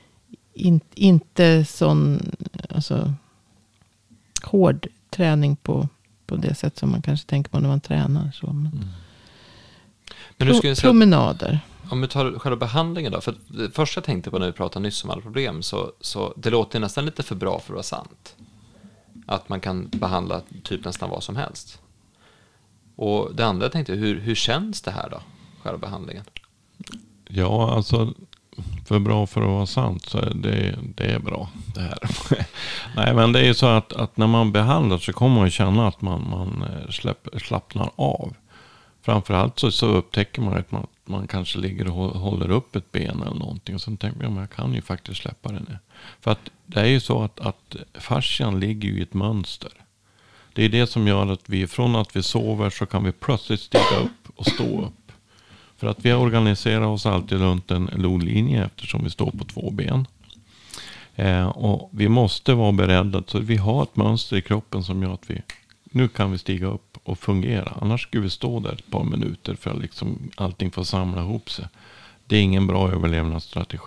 Inte sån alltså, hård träning på det sätt som man kanske tänker på när man tränar. Så. Men du skulle säga, promenader. Om vi tar själva behandlingen då. För det första jag tänkte på när vi pratade nyss om alla problem, så det låter nästan lite för bra för att vara sant. Att man kan behandla typ nästan vad som helst. Och det andra jag tänkte, hur känns det här då? Själva behandlingen? Ja, alltså för bra för att vara sant så det är bra det här. Nej, men det är ju så att när man behandlar så kommer man känna att man slappnar av. Framförallt så upptäcker man att man kanske ligger och håller upp ett ben eller någonting. Och sen tänker jag kan ju faktiskt släppa det nu. För att det är ju så att fascian ligger ju i ett mönster. Det är det som gör att från att vi sover så kan vi plötsligt stiga upp och stå upp. För att vi organiserar oss alltid runt en lodlinje eftersom vi står på 2 ben. Och vi måste vara beredda, så vi har ett mönster i kroppen som gör att nu kan vi stiga upp och fungera. Annars skulle vi stå där ett par minuter för att allting får samla ihop sig. Det är ingen bra överlevnadsstrategi.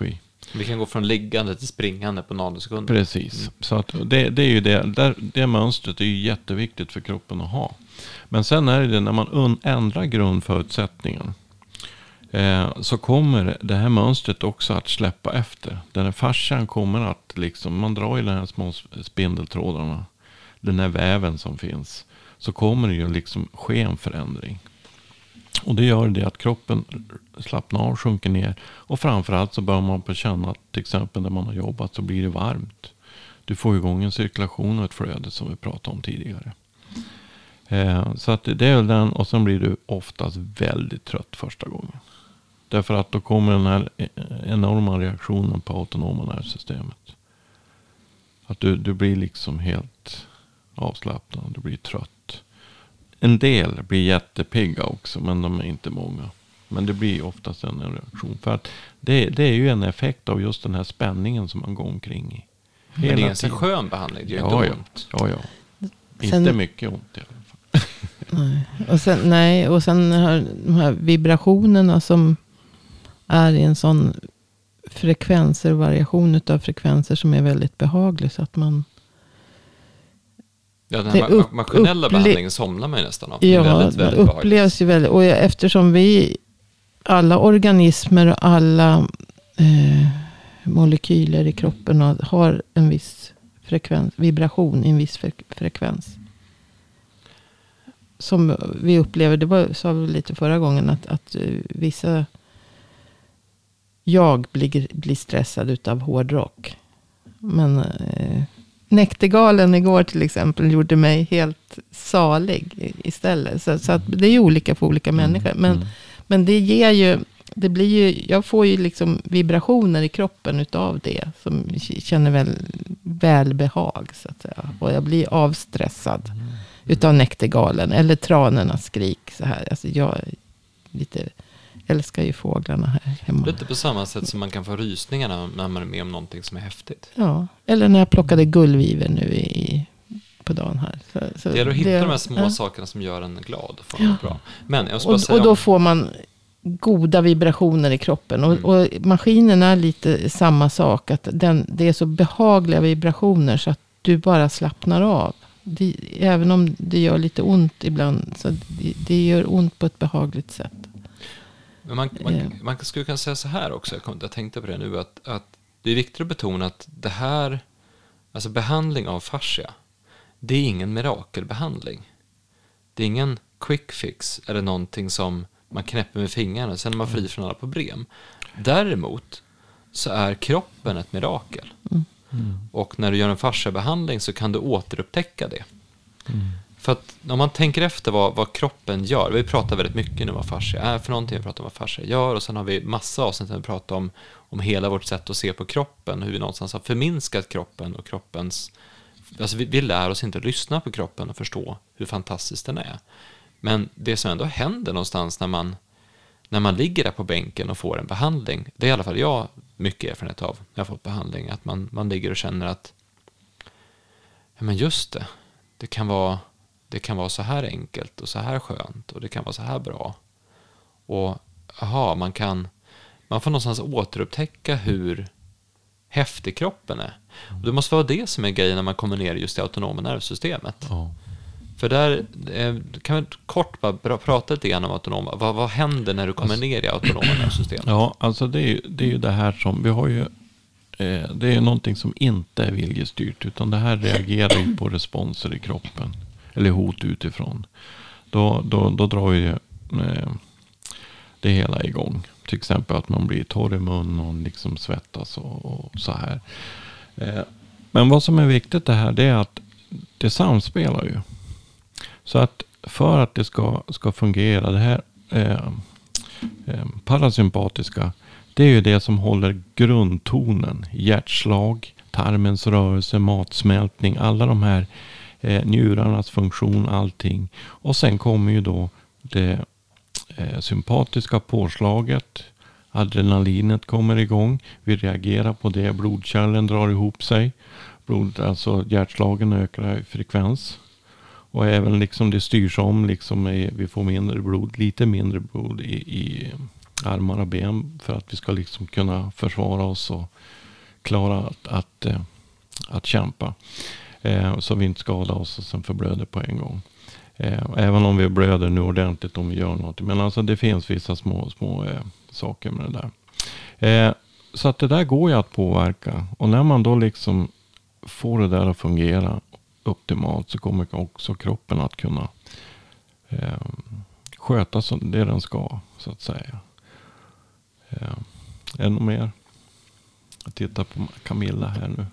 Vi kan gå från liggande till springande på nanosekunder. Precis. Så att det är ju det mönstret är ju jätteviktigt för kroppen att ha. Men sen är det när man ändrar grundförutsättningen så kommer det här mönstret också att släppa efter. Den här fascian kommer att liksom, man drar i de här små spindeltrådarna, den här väven som finns, så kommer det ju liksom ske en förändring. Och det gör det att kroppen slappnar av, sjunker ner. Och framförallt så bör man på känna att till exempel när man har jobbat så blir det varmt. Du får igång en cirkulation och ett flöde som vi pratade om tidigare. Så att det är väl den, och sen blir du oftast väldigt trött första gången. Därför att då kommer den här enorma reaktionen på autonoma nervsystemet. Att du blir liksom helt avslappnad, du blir trött. En del blir jättepigga också, men de är inte många. Men det blir oftast en reaktion. För att det är ju en effekt av just den här spänningen som man går omkring i. Men det är en så skön behandling, det gör inte ont. Ja. Inte mycket ont i alla fall. Nej. Och sen de här vibrationerna som är i en sån variation utav frekvenser som är väldigt behaglig. Så att man... Ja, den här maskinella behandlingen somnar man ju nästan av. Ja, väldigt upplevs ju väldigt. Och eftersom vi, alla organismer och alla molekyler i kroppen har en viss vibration i en viss frekvens. Som vi upplever, det sa vi lite förra gången, att vissa... Jag blir stressad utav hårdrock. Men Näktergalen igår till exempel gjorde mig helt salig istället. Så att det är ju olika för olika människor. Men det ger ju, det blir ju, jag får ju liksom vibrationer i kroppen utav det. Som känner välbehag så att säga. Och jag blir avstressad utav Näktergalen. Eller tranornas skrik så här. Alltså jag älskar ju fåglarna här hemma. Lite på samma sätt som man kan få rysningarna när man är med om någonting som är häftigt. Ja, eller när jag plockade gullviver nu på dagen här. Så det är att hitta de här små sakerna som gör en glad. Bra. Men jag ska och då får man goda vibrationer i kroppen. Och maskinen är lite samma sak. Att det är så behagliga vibrationer så att du bara slappnar av. Även om det gör lite ont ibland. Så det gör ont på ett behagligt sätt. Men man skulle kunna säga så här också, jag tänkte på det nu, att det är viktigt att betona att det här, alltså behandling av fascia, det är ingen mirakelbehandling. Det är ingen quick fix eller någonting som man knäpper med fingrarna och sen är man fri från alla problem. Däremot så är kroppen ett mirakel. Och när du gör en fasciabehandling så kan du återupptäcka det. För att om man tänker efter vad kroppen gör. Vi pratar väldigt mycket nu om vad fascia är för någonting. Vi pratar om vad fascia gör. Och sen har vi massa avsnitt där vi pratar om hela vårt sätt att se på kroppen. Hur vi någonstans har förminskat kroppen och kroppens... Alltså vi lär oss inte att lyssna på kroppen och förstå hur fantastisk den är. Men det som ändå händer någonstans när man ligger där på bänken och får en behandling. Det är i alla fall jag mycket erfarenhet av när jag har fått behandling. Att man ligger och känner att ja, men just det. Det kan vara så här enkelt och så här skönt och det kan vara så här bra. Och man får någonstans återupptäcka hur häftig kroppen är. Och det måste vara det som är grejen när man kommer ner just i autonoma nervsystemet. För där kan vi kort bara prata lite grann om autonoma. Vad händer när du kommer ner i autonoma nervsystemet? Ja, alltså det är ju det här som vi har ju. Det är någonting som inte är viljestyrt, utan det här reagerar ju på responser i kroppen eller hot utifrån. Då drar ju det hela igång. Till exempel att man blir torr i mun och liksom svettas och så här. Men vad som är viktigt det här, det är att det samspelar ju. Så att för att det ska fungera, det här parasympatiska, det är ju det som håller grundtonen. Hjärtslag, tarmens rörelse, matsmältning, alla de här njurarnas funktion, allting. Och sen kommer ju då det sympatiska påslaget. Adrenalinet kommer igång. Vi reagerar på det. Blodkärlen drar ihop sig. Alltså hjärtslagen ökar i frekvens. Och även liksom det styrs om. Liksom vi får mindre blod, lite mindre blod i armar och ben för att vi ska liksom kunna försvara oss och klara att kämpa. Så vi inte skadar oss och sen förblöder på en gång. Även om vi blöder nu ordentligt om vi gör något. Men alltså det finns vissa små saker med det där. Så att det där går ju att påverka. Och när man då liksom får det där att fungera optimalt så kommer också kroppen att kunna sköta som det den ska, så att säga. Ännu mer. Jag tittar på Camilla här nu.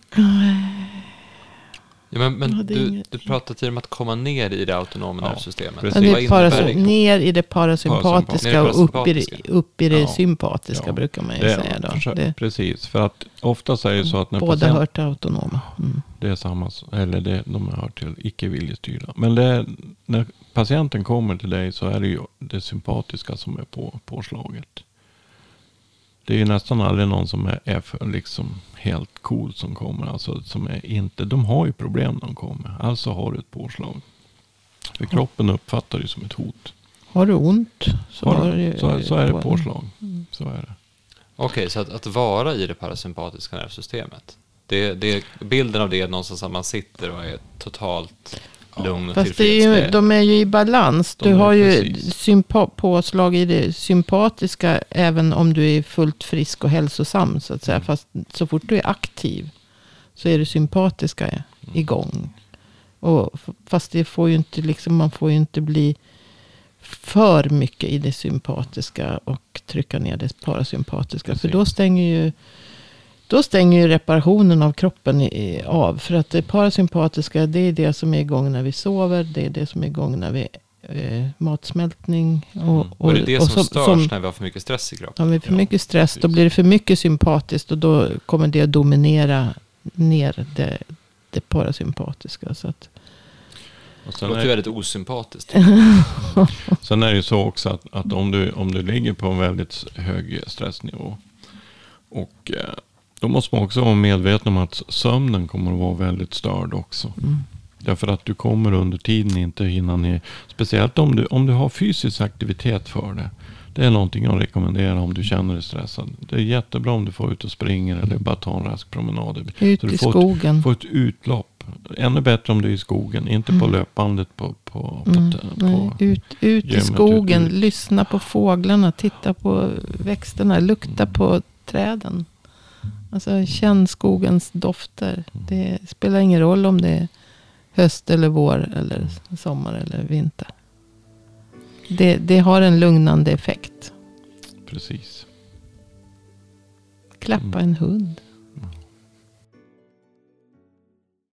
Ja, men Ja, du pratade tidigare om att komma ner i det autonoma nervsystemet. precis. Men det Vad är innebär det? ner i det parasympatiska och upp i det Ja. sympatiska Ja. brukar man ju säga då. Precis, för att ofta säger så att när Båda hör till autonoma. det är samma, eller de hör till icke-viljestyrda. Men när patienten kommer till dig så är det ju det sympatiska som är påslaget. Det är ju nästan aldrig någon som är för liksom helt cool som kommer. Alltså som är inte, de har ju problem när de kommer. Alltså har du ett påslag. För kroppen uppfattar det som ett hot. Har du ont Så är det påslag. Så är det. Okej, så att vara i det parasympatiska nervsystemet. Bilden av det är någonstans att man sitter och är totalt lugn och Fast tillfreds. de är ju i balans. Du har ju påslag i det sympatiska även om du är fullt frisk och hälsosam så att säga. Fast så fort du är aktiv så är det sympatiska igång. Och fast det får ju inte liksom, man får ju inte bli för mycket i det sympatiska och trycka ner det parasympatiska. Precis. För då stänger ju reparationen av kroppen av. För att det parasympatiska, det är det som är igång när vi sover. Det är det som är igång när vi matsmältning. Och det är det som störs när vi har för mycket stress i kroppen. Om vi har för mycket stress, då blir det för mycket sympatiskt. Och då kommer det att dominera ner det parasympatiska. Så att, Och det låter ju väldigt osympatiskt. Sen är det ju så också att om du ligger på en väldigt hög stressnivå och då måste man också vara medveten om att sömnen kommer att vara väldigt störd också. Därför att du kommer under tiden inte hinna ner. Speciellt om du har fysisk aktivitet för det. Det är någonting jag rekommenderar om du känner dig stressad. Det är jättebra om du får ut och springer eller bara tar en rask promenad. ut i skogen. Får ett utlopp. Ännu bättre om du är i skogen. Inte på löpbandet Ut i skogen. Lyssna på fåglarna. Titta på växterna. Lukta på träden. Alltså känn skogens dofter. Det spelar ingen roll om det är höst eller vår eller sommar eller vinter. Det har en lugnande effekt. Precis. Klappa en hund.